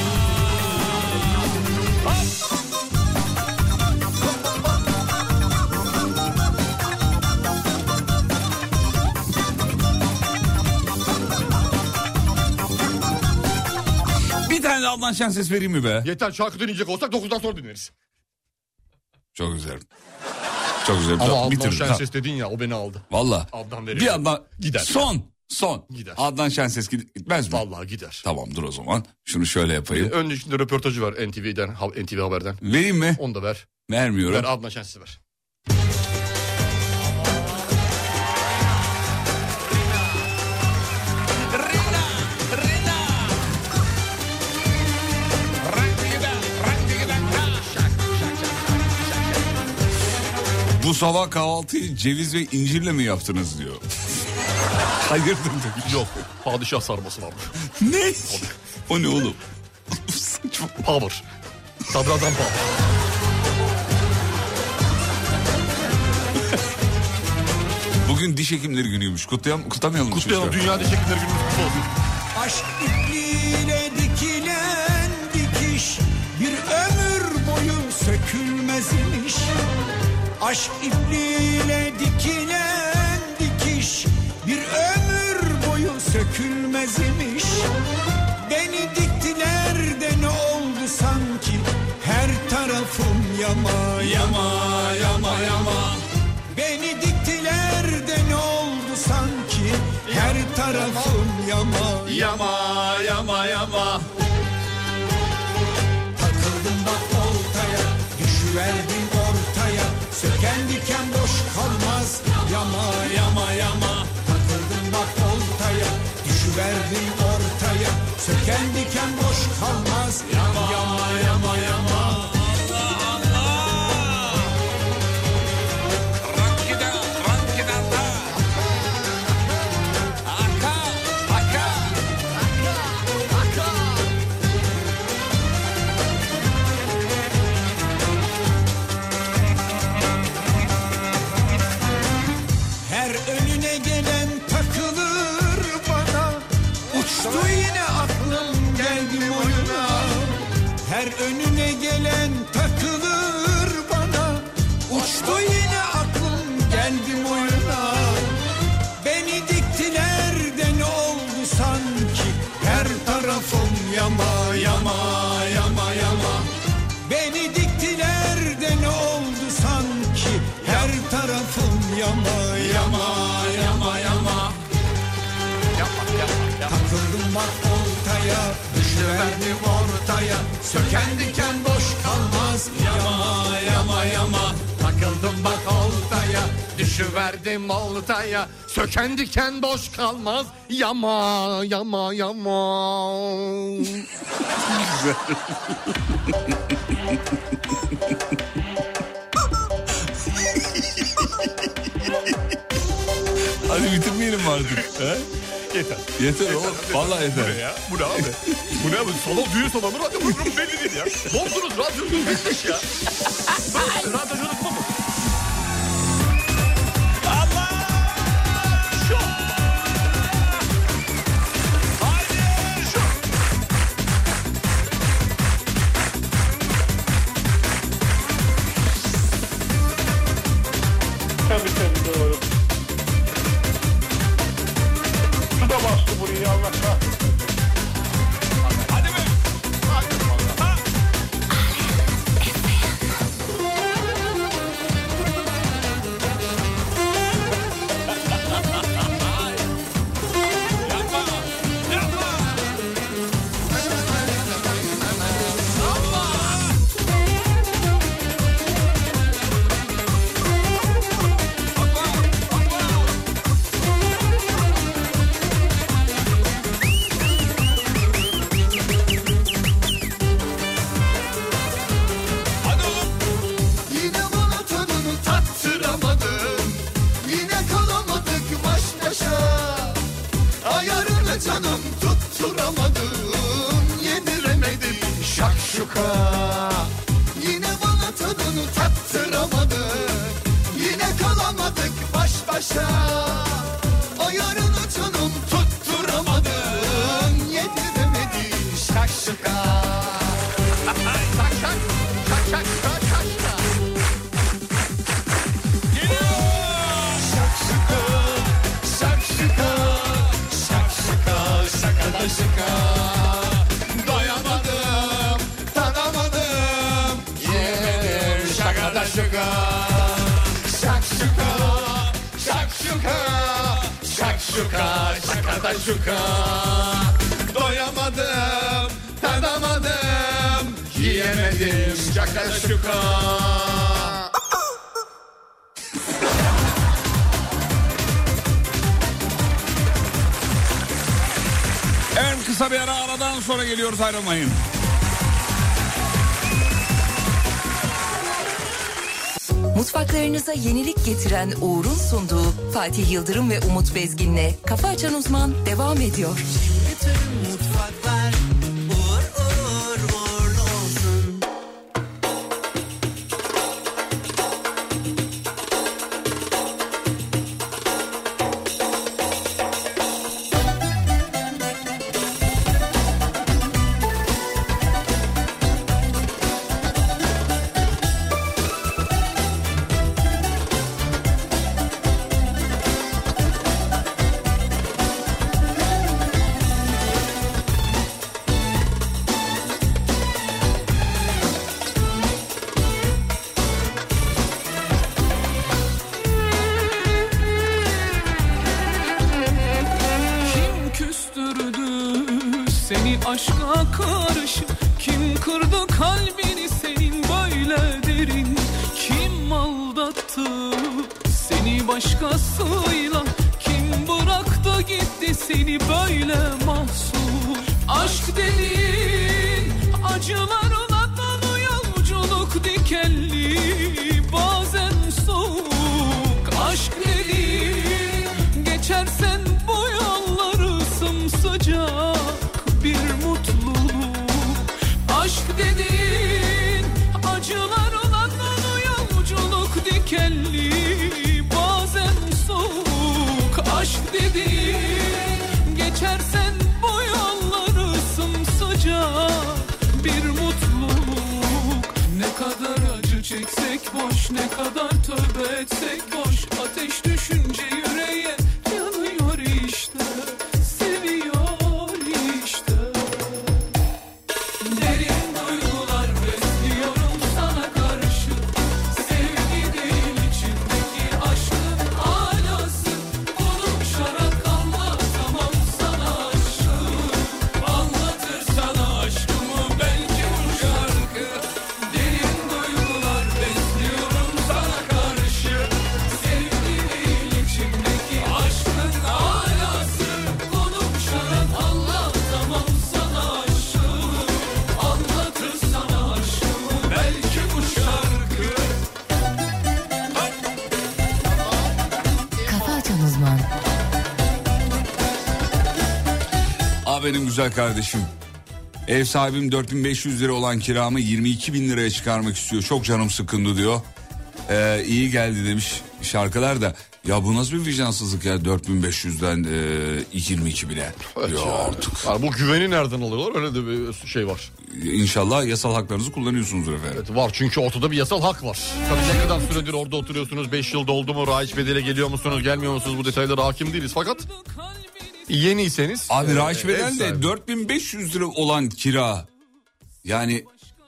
Bir tane de Adnan Şenses vereyim mi be? Yeter şarkı dinleyecek olsak dokuzdan sonra dinleriz. Çok güzel. Çok güzel. Ama Adnan Bitirdim. Şenses dedin ya o beni aldı. Valla. Adnan verir. Bir Adnan. Gider. Son. Son. Gider. Adnan Şenses gitmez mi? Vallahi gider. Tamamdır o zaman. Şunu şöyle yapayım. Öncesinde röportajı var N T V'den, N T V Haber'den. Vereyim mi? Onu da ver. Vermiyorum. Ver Adnan Şenses'i ver. Bu sabah kahvaltıyı ceviz ve incirle mi yaptınız diyor. Hayırdır demiş. Yok padişah sarması var. Ne? O ne oğlum? Saçma. Power. Sadrazam Power. Bugün diş hekimleri günüymüş. Kutlayalım, kutlamayalım mı? Kutlayalım. Dünya diş hekimleri günümüz kutlu olsun. Aşk ipliğiyle dikilen dikiş bir ömür boyu sökülmez imiş. Aşk ipliğiyle dikilen dikiş bir ömür boyu sökülmez imiş. Beni diktiler de ne oldu sanki, her tarafım yama yama yama yama. Beni diktiler de ne oldu sanki, her tarafım yama yama yama yama. Takıldım bak oltaya, düşüverdim ortaya, söken diken boş kalmaz yama yama yama. Takıldım bak oltaya, düşüverdim ortaya, söken diken boş kalmaz yama yama yama yama. Her önüne gelen takılır bana, uçtu yine aklım geldim oyuna. Her önüne gelen takılır bana, uçtu yine aklım geldim oyuna. Beni diktiler de ne oldu sanki, her tarafım yama yama yama yama. Beni diktiler de ne oldu sanki, her tarafım yama yama yama yama. Takıldım bak oltaya, düşüverdim ortaya, söken diken boş kalmaz yama yama yama. Takıldım bak oltaya, Düşüverdim oltaya, söken diken boş kalmaz. Yama yama yama. Hadi bitirmeyelim mi artık? He? Yeter. Yeter oğlum. Vallahi yeter. Bu ne ya? Bu ne abi? Bu ne abi? Salon düğün salonu radyo programı belli değil ya. Bozdunuz radyoyu bitmiş ya. Böyle radyoculuk mu bu? Allah! Şu. Haydi! Şu. Tabii tabii doğru. Su da bastı burayı Allah kahretsin. Hadi be! Hadi valla. Yapma! Yapma! Hadi oğlum! Yine bana tadını tattıramadım. Yine kalamadık baş başa. Ayarını canım tutturamadım. Yediremedim şakşuka. Yine bana tadını tattıramadım. Yine kalamadık baş başa. Ayarını canım tutturamadım. Yediremedim şakşuka. Şak şak. Şak şak şak şak şak. Şakşuka, şakşuka, şakşuka, şakada şaka. Doyamadım, tadamadım, yemedim şakada şaka. Şakşuka, şakşuka, şakşuka, şakada şaka. Doyamadım, tadamadım, yiyemedim şakada şaka. Evet, kısa bir ara, aradan sonra geliyoruz, ayrılmayın. Mutfaklarınıza yenilik getiren Uğur'un sunduğu Fatih Yıldırım ve Umut Bezgin'le Kafa Açan Uzman devam ediyor. Bütün mutfaklar uğur uğur uğurlu olsun. Kim küstürdü seni aşka karşı? Kim kırdı kalbini senin böyle derin? Kim aldattı seni başkasıyla? Kim bıraktı gitti seni böyle mahzun? Aşk dediğin acılarla dolu yolculuk dikenli, bazen soğuk. Aşk dediğin geçersen bu yolları sımsıcak bir mutluluk. Aşk dediğin acılarla dolu yolculuk dikenli, bazen soğuk. Aşk dediğin geçersen bu yolları sımsıcak bir mutluluk. Ne kadar acı çeksek boş, ne kadar tövbe etsek boş. Ateş düşünce yüreğe yanıyor işte, seviyor işte. Derin duygular besliyorum sana karşı. Sevgi değil içindeki aşkın alası. Konuşarak anlatamam sana aşkım. Anlatır sana aşkımı belki bu şarkı. Derin duygular besliyorum sana karşı. Ah benim güzel kardeşim. Ev sahibim dört bin beş yüz lira olan kiramı yirmi iki bin liraya çıkarmak istiyor. Çok canım sıkındı diyor. Ee, iyi geldi demiş şarkılar da. Ya bu nasıl bir vicdansızlık ya, dört bin beş yüzden e, yirmi iki bine. Evet ya yani. artık. Yani bu güveni nereden alıyorlar, öyle de bir şey var. İnşallah yasal haklarınızı kullanıyorsunuzdur efendim. Evet var, çünkü ortada bir yasal hak var. Tabii ne kadar süredir orada oturuyorsunuz, beş yıl doldu mu, rahiç bedele geliyor musunuz, gelmiyor musunuz, bu detaylara hakim değiliz. Fakat yeniyseniz. Abi e, rahiç bedel de dört bin beş yüz lira olan kira. Yani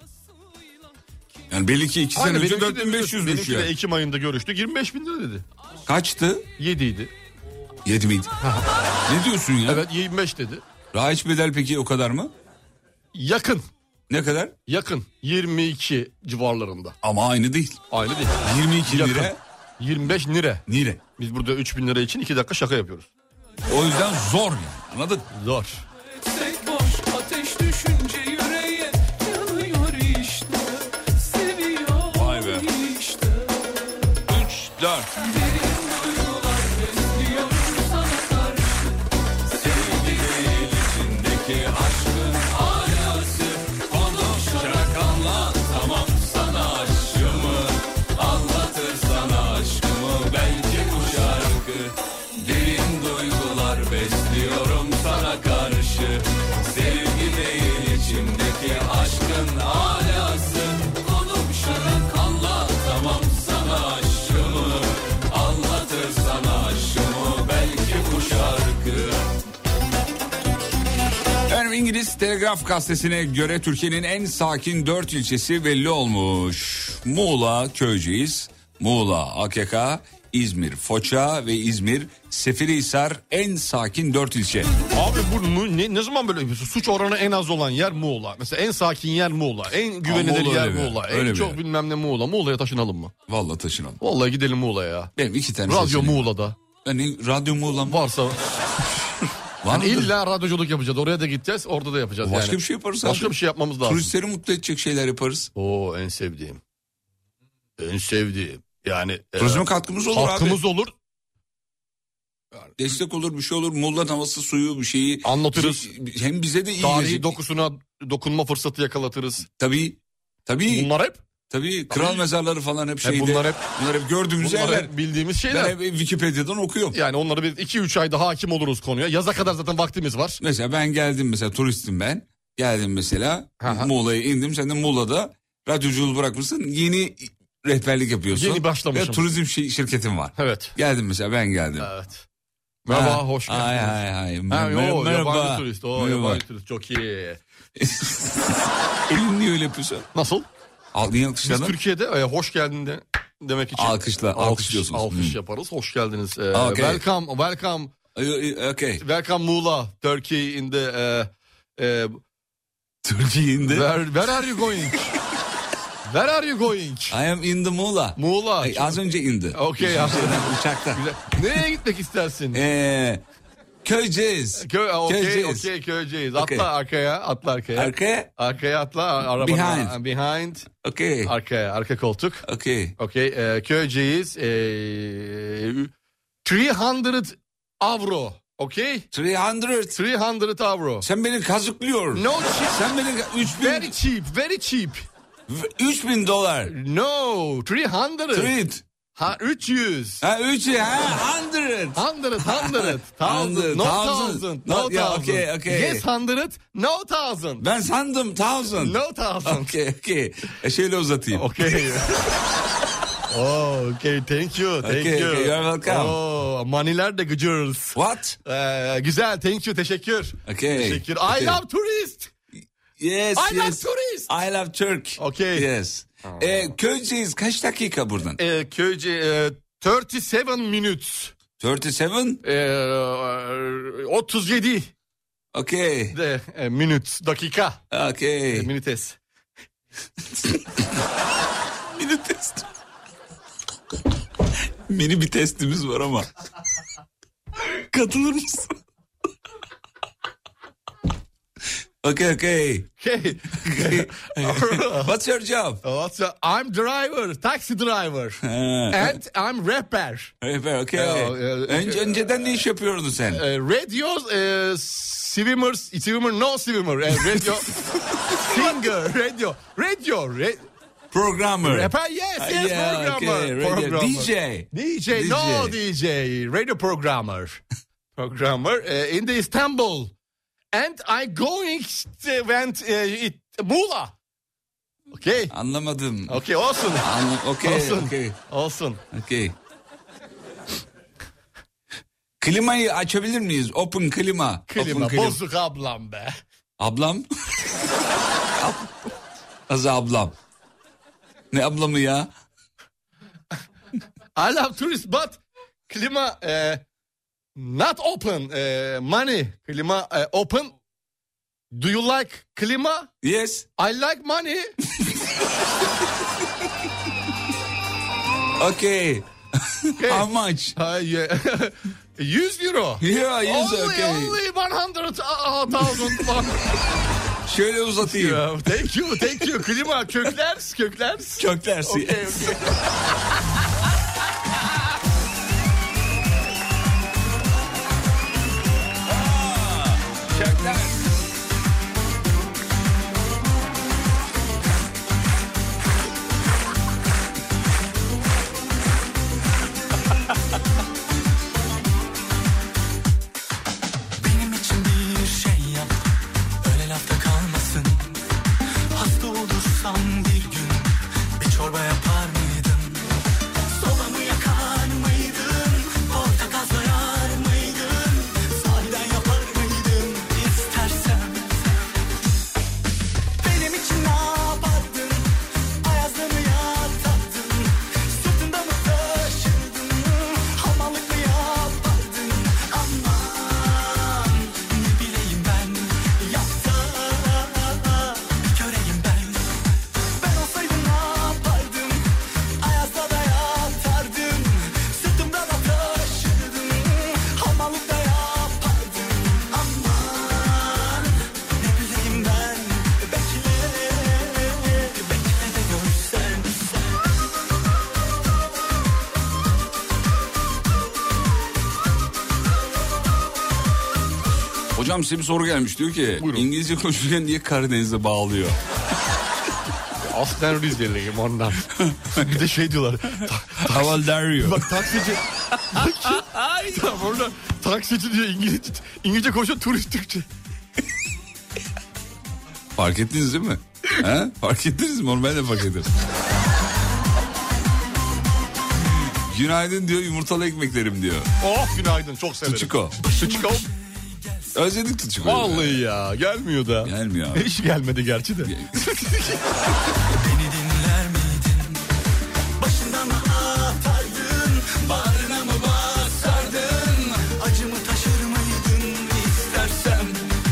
yani belli ki iki sene Aynen, önce dört bin beş yüzmüş benimki ya. de Ekim ayında görüştük, yirmi beş bin lira dedi. Kaçtı? yedi idi. yedi miydi? Ne diyorsun ya? Evet, yirmi beş dedi. Rahiç bedel peki o kadar mı? Yakın. Ne kadar? Yakın. yirmi iki civarlarında. Ama aynı değil. Aynı değil. yirmi iki Yakın. lira. yirmi beş lira. Lira. Biz burada üç bin lira için iki dakika şaka yapıyoruz. O yüzden zor yani. Anladın? Zor. Tek boş ateş düşünce yüreğe yanıyor işte. Seviyor Vay be. işte. üç, dört. Derin duygular besliyorum sana karşı. Sevgi değil içindeki aşkın alası. Konuşarak anlatamam sana aşkımı. Anlatır sana aşkımı belki bu şarkı. Derin duygular besliyorum sana karşı. Sevgi değil içimdeki aşkın alası. Konuşarak anlatamam sana aşkımı. Anlatır sana aşkımı belki bu şarkı. Efendim İngiliz Telegraf Gazetesi'ne göre Türkiye'nin en sakin dört ilçesi belli olmuş. Muğla Köyceğiz, Muğla A K K, İzmir Foça ve İzmir Seferihisar en sakin dört ilçe. Abi bu ne, ne zaman böyle suç oranı en az olan yer Muğla. Mesela en sakin yer Muğla. En güvenilir Muğla yer öyle bir Muğla. yer, öyle En bir çok yer. bilmem ne Muğla. Muğla'ya taşınalım mı? Vallahi taşınalım. Vallahi gidelim Muğla'ya ya. Benim iki tane Radyo seçeneğim. Muğla'da. Yani radyo Muğla mı? Varsa. Yani Vardır. illa radyoculuk yapacağız. Oraya da gideceğiz. Orada da yapacağız. Başka yani. bir şey yaparız. Başka abi. bir şey yapmamız lazım. Turistleri mutlu edecek şeyler yaparız. Oo, en sevdiğim. En sevdiğim. Yani. Turizme e, katkımız olur katkımız abi. olur. Destek olur, bir şey olur. Muğla'nın havası, suyu, bir şeyi. Anlatırız. Şey- hem bize de iyi Tarihi gelecek. dokusuna dokunma fırsatı yakalatırız. Tabii. Tabii. Bunlar hep. Tabii. Kral Tabii. mezarları falan hep Hep şeyde. bunlar hep. Bunlar hep gördüğümüz Bunlar yerler. hep bildiğimiz şeyler. Ben hep Wikipedia'dan okuyorum. Yani onları bir iki üç ayda hakim oluruz konuya. Yaza kadar zaten vaktimiz var. Mesela ben geldim, mesela turistim ben. Geldim mesela Aha. Muğla'ya indim. Sen de Muğla'da radyoculuğu bırakmışsın. Yeni rehberlik yapıyorsun. Yeni başlamışım. Ve turizm şi- şirketin var. Evet. Geldim mesela, ben geldim. Evet. Merhaba, Ha, hoş geldiniz. Hay hay hay. Ha, Mer- o, merhaba. yabancı turist. O, Merhaba. yabancı turist. Çok iyi. Elin niye öyle yapıyorsun? Nasıl? Al, niye Biz alkışladın? Türkiye'de e, hoş geldin de demek için. Alkışla, Alkış, alkışlıyorsunuz. alkış Hmm. yaparız. Hoş geldiniz. E, Okay. Welcome, welcome. Okay. Welcome Muğla, Turkey in the... E, e, Turkey in the... where, where are you going? Where are you going? I am in the Muğla. Muğla. Ay, az önce indi. Okey ya. Uçakta. Nereye gitmek istersin? Eee... Köyceğiz. Köy, okey, Köyceğiz. okey, Köyceğiz. Atla Okay. arkaya, atla arkaya. Arkaya? Arkaya atla, arabana. Behind. Behind. Okay. Arkaya, arka koltuk. Okay. Okey, e, Köyceğiz. E, üç yüz avro. Okey? üç yüz. üç yüz avro. Sen beni kazıklıyor. No cheap. Sen beni üç bin... Very cheap, very cheap. üç bin dolar. No, üç yüz. Treat. Ha, üç yüz. Ha üç ha hundred. Hundred, hundred, thousand, Hundred, no thousand. thousand, No, no yeah, thousand. okay, okay. Yes, hundred, no thousand. Ben sandım thousand. No thousand. Okay, okay. E şöyle uzatayım. Okay. Oh, okay, thank you, thank Okay, you. okay, you're welcome. Oh, maniler de gıcırız. What? Ee, güzel, thank you, teşekkür. Okay. Teşekkür. I okay. love tourist. Yes, I love yes. tourist. I love Turk. Okay. Yes. E, Köyceğiz kaç dakika buradan? Ee, Köyce, e, thirty seven minutes. thirty seven? Ee, otuz yedi Okay. de e, minutes, dakika. Okay. E, minutes. Mini test. Mini bir testimiz var ama. Katılır mısın? Okay, okay. Okay. What's your job? What's your- I'm driver, taxi driver. Ha. And I'm rapper. Rapper, okay. Ya, ya, Önce, önceden ne iş yapıyordun sen? Uh, radio uh, swimmer, swimmer, no swimmer. Uh, radio, singer, radio, radio, radio. Programmer. Rapper, yes, yes, Yeah, programmer. okay, radio- programmer. D J. D J, no D J, radio programmer. Programmer uh, in the Istanbul. And I going to went uh, it, Muğla. Okay. Anlamadım. Okay, olsun. Anla- okay, olsun. okay. Olsun. Okay. Klimayı açabilir miyiz? Open klima. Klima, Open bozuk ablam be. Ablam? Az ablam. Ne ablamı ya? I love tourist but klima uh, not open. Uh, money. Klima uh, open. Do you like klima? Yes. I like money. Okay. How much? Uh, yeah. yüz euro. Yeah, yüz, only, okay. Only one hundred thousand. Şöyle uzatayım. Yeah, thank you, thank you. Klima, kökler, kökler. Kökler. Okay, okay. Kökler. Benim için bir şey yap, öyle lafta kalmasın. Hasta olursam bir gün bir çorba yapar mıydın? Sobamı yakar mıydın? Portakal soyar mıydın? Sahiden yapar mıydın istersen? Benim için ne yapardın? Ayazda mı yatardın? Sırtında mı taşırdın? Hamallık mı yapardın? Aman ne bileyim ben, yap da göreyim ben. Ben olsaydım ne yapardım? Ayazda da yatardım. Sırtımda da taşırdım. Hamallık da yapardım. Aman ne bileyim ben. Bekle, bekle de görsen sen. Hocam size bir soru gelmiş, diyor ki Buyurun. İngilizce konuşurken niye Karadeniz'e bağlıyor? Aslen Rizeliyim ondan. Bir de şey diyorlar. Haval Dario. Bak taksici. Tamam orada taksici diyor İngilizce. İngilizce konuşuyor, turist Türkçe. Fark ettiniz değil mi? He? Fark ettiniz mi? Onu ben de fark ettim. Günaydın diyor, yumurtalı ekmeklerim diyor. Oh günaydın, çok severim. Tuçiko. Tuçiko. Özledik Tuçiko'yu. Vallahi ya, gelmiyor da. Gelmiyor abi. Hiç gelmedi gerçi de. Beni dinler miydin? Başından mı atardın? Bağrına mı basardın? Acımı taşır mıydın istersen?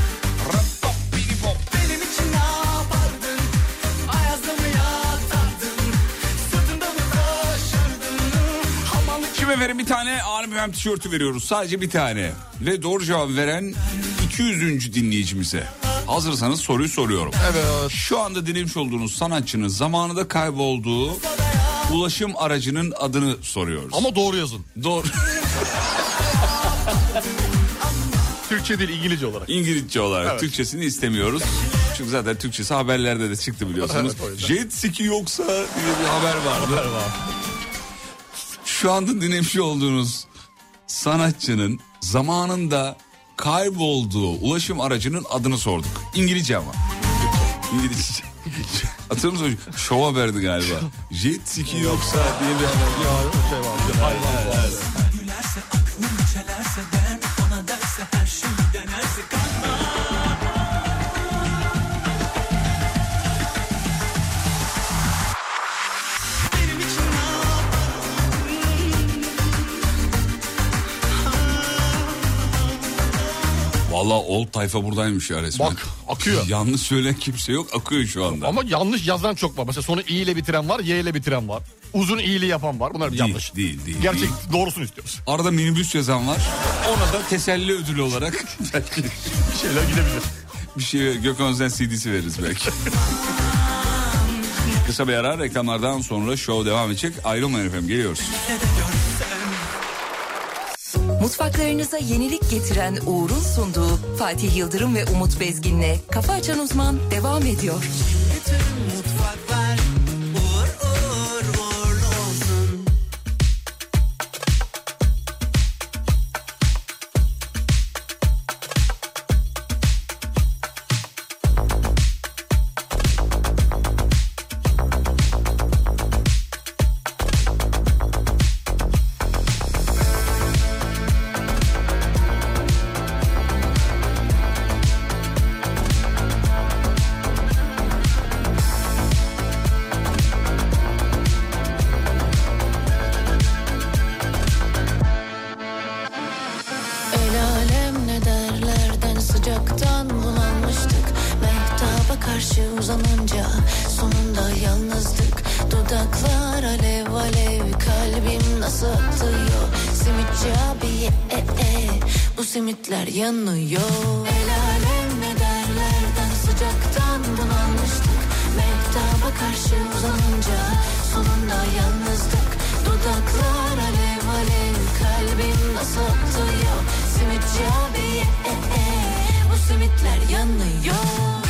Benim için ne yapardın? Ayazda mı yatardın? Sırtında mı taşırdın? Hamallık. Şimdi efendim bir tane Alem Efem tişörtü veriyoruz. Sadece bir tane. Ve doğru cevap veren iki yüzüncü dinleyicimize. Hazırsanız soruyu soruyorum. Evet. Şu anda dinlemiş olduğunuz sanatçının zamanında kaybolduğu ulaşım aracının adını soruyoruz. Ama doğru yazın. Doğru. Türkçe değil, İngilizce olarak. İngilizce olarak. Evet. Türkçesini istemiyoruz. Çünkü zaten Türkçesi haberlerde de çıktı biliyorsunuz. Evet, o yüzden. Jet ski yoksa diye bir haber vardı. Haber var. Şu anda dinlemiş olduğunuz sanatçının zamanında kaybolduğu ulaşım aracının adını sorduk. İngilizce ama. İngilizce. Hatırlıyor musunuz? Şov haberdi galiba. Jet ski yoksa diye bir haber. Ya şey var. Hayvan var. Gülerse aklım çelerse ben ona derse her şeyi denerse kanma. Benim için ne Valla old tayfa buradaymış ya resmen. Bak, akıyor. Yanlış söyleyen kimse yok, akıyor şu anda. Ama yanlış yazan çok var. Mesela sonu i ile bitiren var, y ile bitiren var. Uzun i'li yapan var. Bunlar Değil, yanlış. değil, değil. Gerçek değil. doğrusunu istiyoruz. Arada minibüs yazan var. Ona da teselli ödülü olarak belki Bir şeyler gidebilir. bir şey Gökhan Özen C D'si veririz belki. Kısa bir ara, reklamlardan sonra show devam edecek. Ayrılmayın efendim, geliyoruz. Mutfaklarınıza yenilik getiren Uğur'un sunduğu Fatih Yıldırım ve Umut Bezgin'le Kafa Açan Uzman devam ediyor. Mutfaklar uğur uğur uğurlu olsun. El alem ne derlerden sıcaktan bunalmıştık. Mehtaba karşı uzanınca sonunda yalnızdık. Dudaklar alev alev, kalbim nasıl atıyor. Simitçi abi e, e, bu simitler yanıyor. El alem ne derlerden sıcaktan bunalmıştık. Mehtaba karşı uzanınca sonunda yalnızdık. Dudaklar alev alev, kalbim nasıl atıyor. Simitçi abi e, e, bu simitler yanıyor.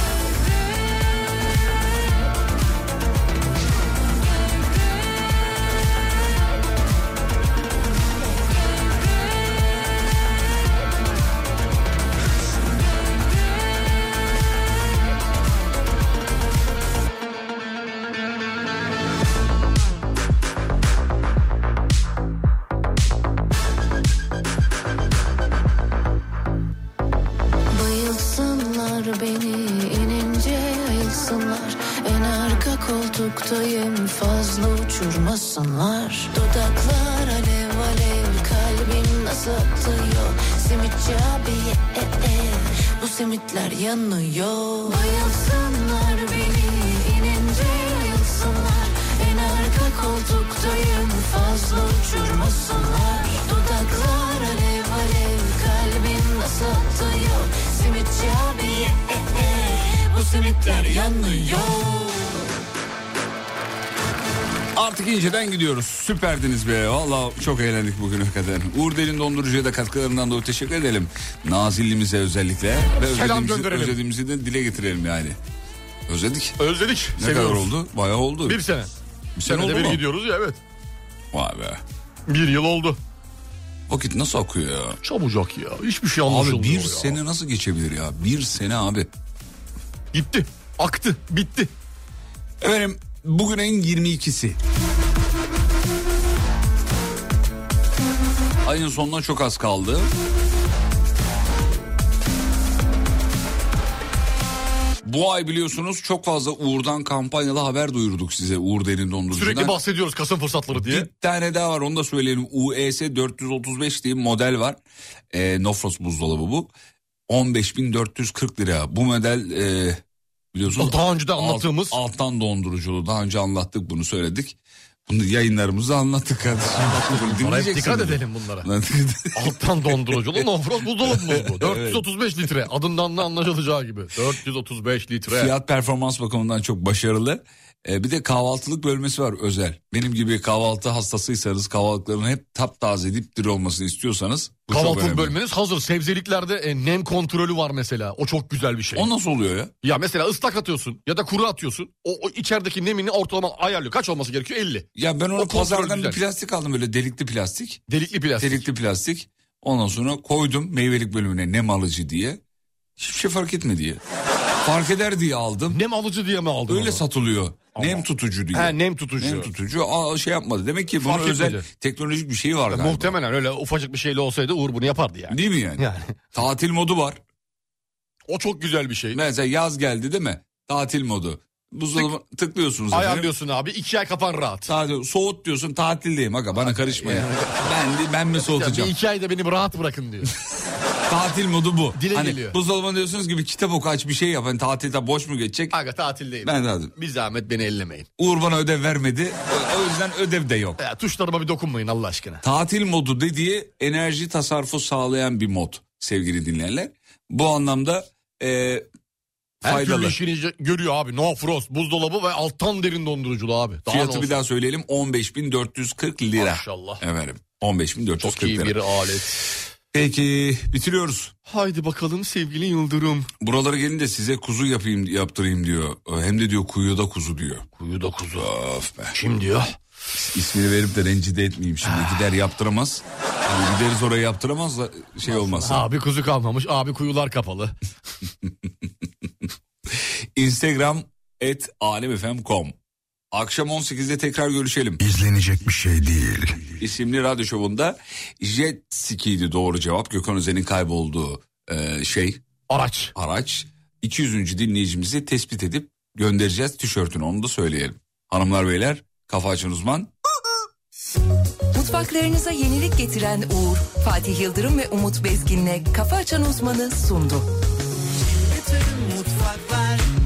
Bayılsınlar beni, inince ayılsınlar. En arka koltuktayım, fazla uçurmasınlar. Dudaklar alev alev, kalbim nasıl atıyor. Simitçi abi e, e, bu simitler yanıyor. Bayılsınlar beni, inince ayılsınlar. En arka koltuktayım, fazla uçurmasınlar. Dudaklar alev alev, kalbim nasıl atıyor. Simitçi abi e, e, bu simitler yanıyor. Artık inceden gidiyoruz. Süperdiniz be. Valla çok eğlendik bugüne kadar. Uğur Derin Dondurucu'ya da katkılarından dolayı teşekkür edelim. Nazilli'mize özellikle. Ve Selam özlediğimizi, gönderelim. özlediğimizi de dile getirelim yani. Özledik. Özledik. Ne Seviyoruz. kadar oldu? Bayağı oldu. Bir sene. Bir sene Senede oldu bir mu? gidiyoruz ya, evet. Vay be. Bir yıl oldu. Vakit nasıl akıyor ya? Çabucak ya. Hiçbir şey Abi anlaşılmıyor bir ya. sene nasıl geçebilir ya? Bir sene abi. Gitti. Aktı. Bitti. Efendim bugün ayın yirmi ikisi. Ayın sonuna çok az kaldı. Bu ay biliyorsunuz çok fazla Uğur'dan kampanyalı haber duyurduk size. Uğur Derin Dondurucu'dan. Sürekli bahsediyoruz Kasım fırsatları diye. Bir tane daha var, onu da söyleyelim. U E S dört yüz otuz beş diye bir model var. E, Nofros buzdolabı bu. on beş bin dört yüz kırk lira. Bu model e, biliyorsunuz. Daha önce de anlattığımız. Alt, alttan donduruculu. Daha önce anlattık, bunu söyledik. Bunu yayınlarımızda anlattık kardeşim. Bunlara hep dikkat edelim bunlara. Alttan donduruculu Nofros buzdolabımız bu. dört yüz otuz beş litre. Adından da anlaşılacağı gibi. dört yüz otuz beş litre. Fiyat performans bakımından çok başarılı. Ee, bir de kahvaltılık bölmesi var özel. Benim gibi kahvaltı hastasıysanız, kahvaltıların hep taptaze dipdiri olmasını istiyorsanız. Bu çok Kahvaltılık önemli. bölmeniz hazır. Sebzeliklerde e, nem kontrolü var mesela. O çok güzel bir şey. O nasıl oluyor ya? Ya mesela ıslak atıyorsun ya da kuru atıyorsun. O, o içerideki nemini ortalama ayarlıyor. Kaç olması gerekiyor? elli. Ya ben onu O kontrol pazardan bir güzel. plastik aldım, böyle delikli plastik. Delikli plastik. Delikli plastik. Ondan sonra koydum meyvelik bölümüne, nem alıcı diye. Hiçbir şey fark etmedi diye. Fark eder diye aldım. Nem alıcı diye mi aldın? Öyle onu? satılıyor. Ama. Nem tutucu diye. He, nem tutucu. Nem tutucu. Aa, şey yapmadı. Demek ki bunun Fark özel etmedi. teknolojik bir şeyi var Ya galiba. muhtemelen öyle ufacık bir şeyle olsaydı Uğur bunu yapardı yani. Değil mi yani? Yani. Tatil modu var. O çok güzel bir şey. Mesela yaz geldi değil mi? Tatil modu. Buzdolabı tıklıyorsunuz efendim. Ayarlıyorsun abi. iki ay kapan rahat. Tatil, soğut diyorsun, tatildeyim aga, bana karışma ya. Ben, ben mi Ya soğutacağım? bir iki ayda beni rahat bırakın diyor. Tatil modu bu. Dile hani geliyor. buzdolabına diyorsunuz gibi kitap oku, aç bir şey yap. Hani tatilde boş mu geçecek? Aga tatildeyim. Ben tatil. Bir zahmet beni ellemeyin. Uğur bana ödev vermedi. O- O yüzden ödev de yok. Ya, tuşlarıma bir dokunmayın Allah aşkına. Tatil modu dediği enerji tasarrufu sağlayan bir mod sevgili dinleyenler. Bu anlamda e, Her faydalı. türlü işini görüyor abi. No frost, buzdolabı ve alttan derin donduruculu abi. Daha ne Fiyatı olsun? bir daha söyleyelim, on beş bin dört yüz kırk lira. Maşallah. Efendim on beş bin dört yüz Çok kırk iyi lira. bir alet. Peki bitiriyoruz. Haydi bakalım sevgili Yıldırım. Buralara gelin de size kuzu yapayım yaptırayım diyor. Hem de diyor kuyuda kuzu diyor. Kuyuda kuzu. Of be. Kim diyor? İsmini verip de rencide etmeyeyim şimdi. Gider yaptıramaz. Yani gideriz oraya yaptıramaz da şey olmaz. Abi kuzu kalmamış. Abi kuyular kapalı. Instagram et alemfm nokta com. Akşam on sekizde tekrar görüşelim. İzlenecek bir şey değil. İsimli radyo şovunda jet ski'ydi doğru cevap. Gökhan Özen'in kaybolduğu e, şey. Araç. Araç. iki yüzüncü dinleyicimizi tespit edip göndereceğiz tişörtünü, onu da söyleyelim. Hanımlar beyler, Kafa Açan Uzman. Mutfaklarınıza yenilik getiren Uğur, Fatih Yıldırım ve Umut Bezgin'le Kafa Açan Uzman'ı sundu. Bütün mutfaklar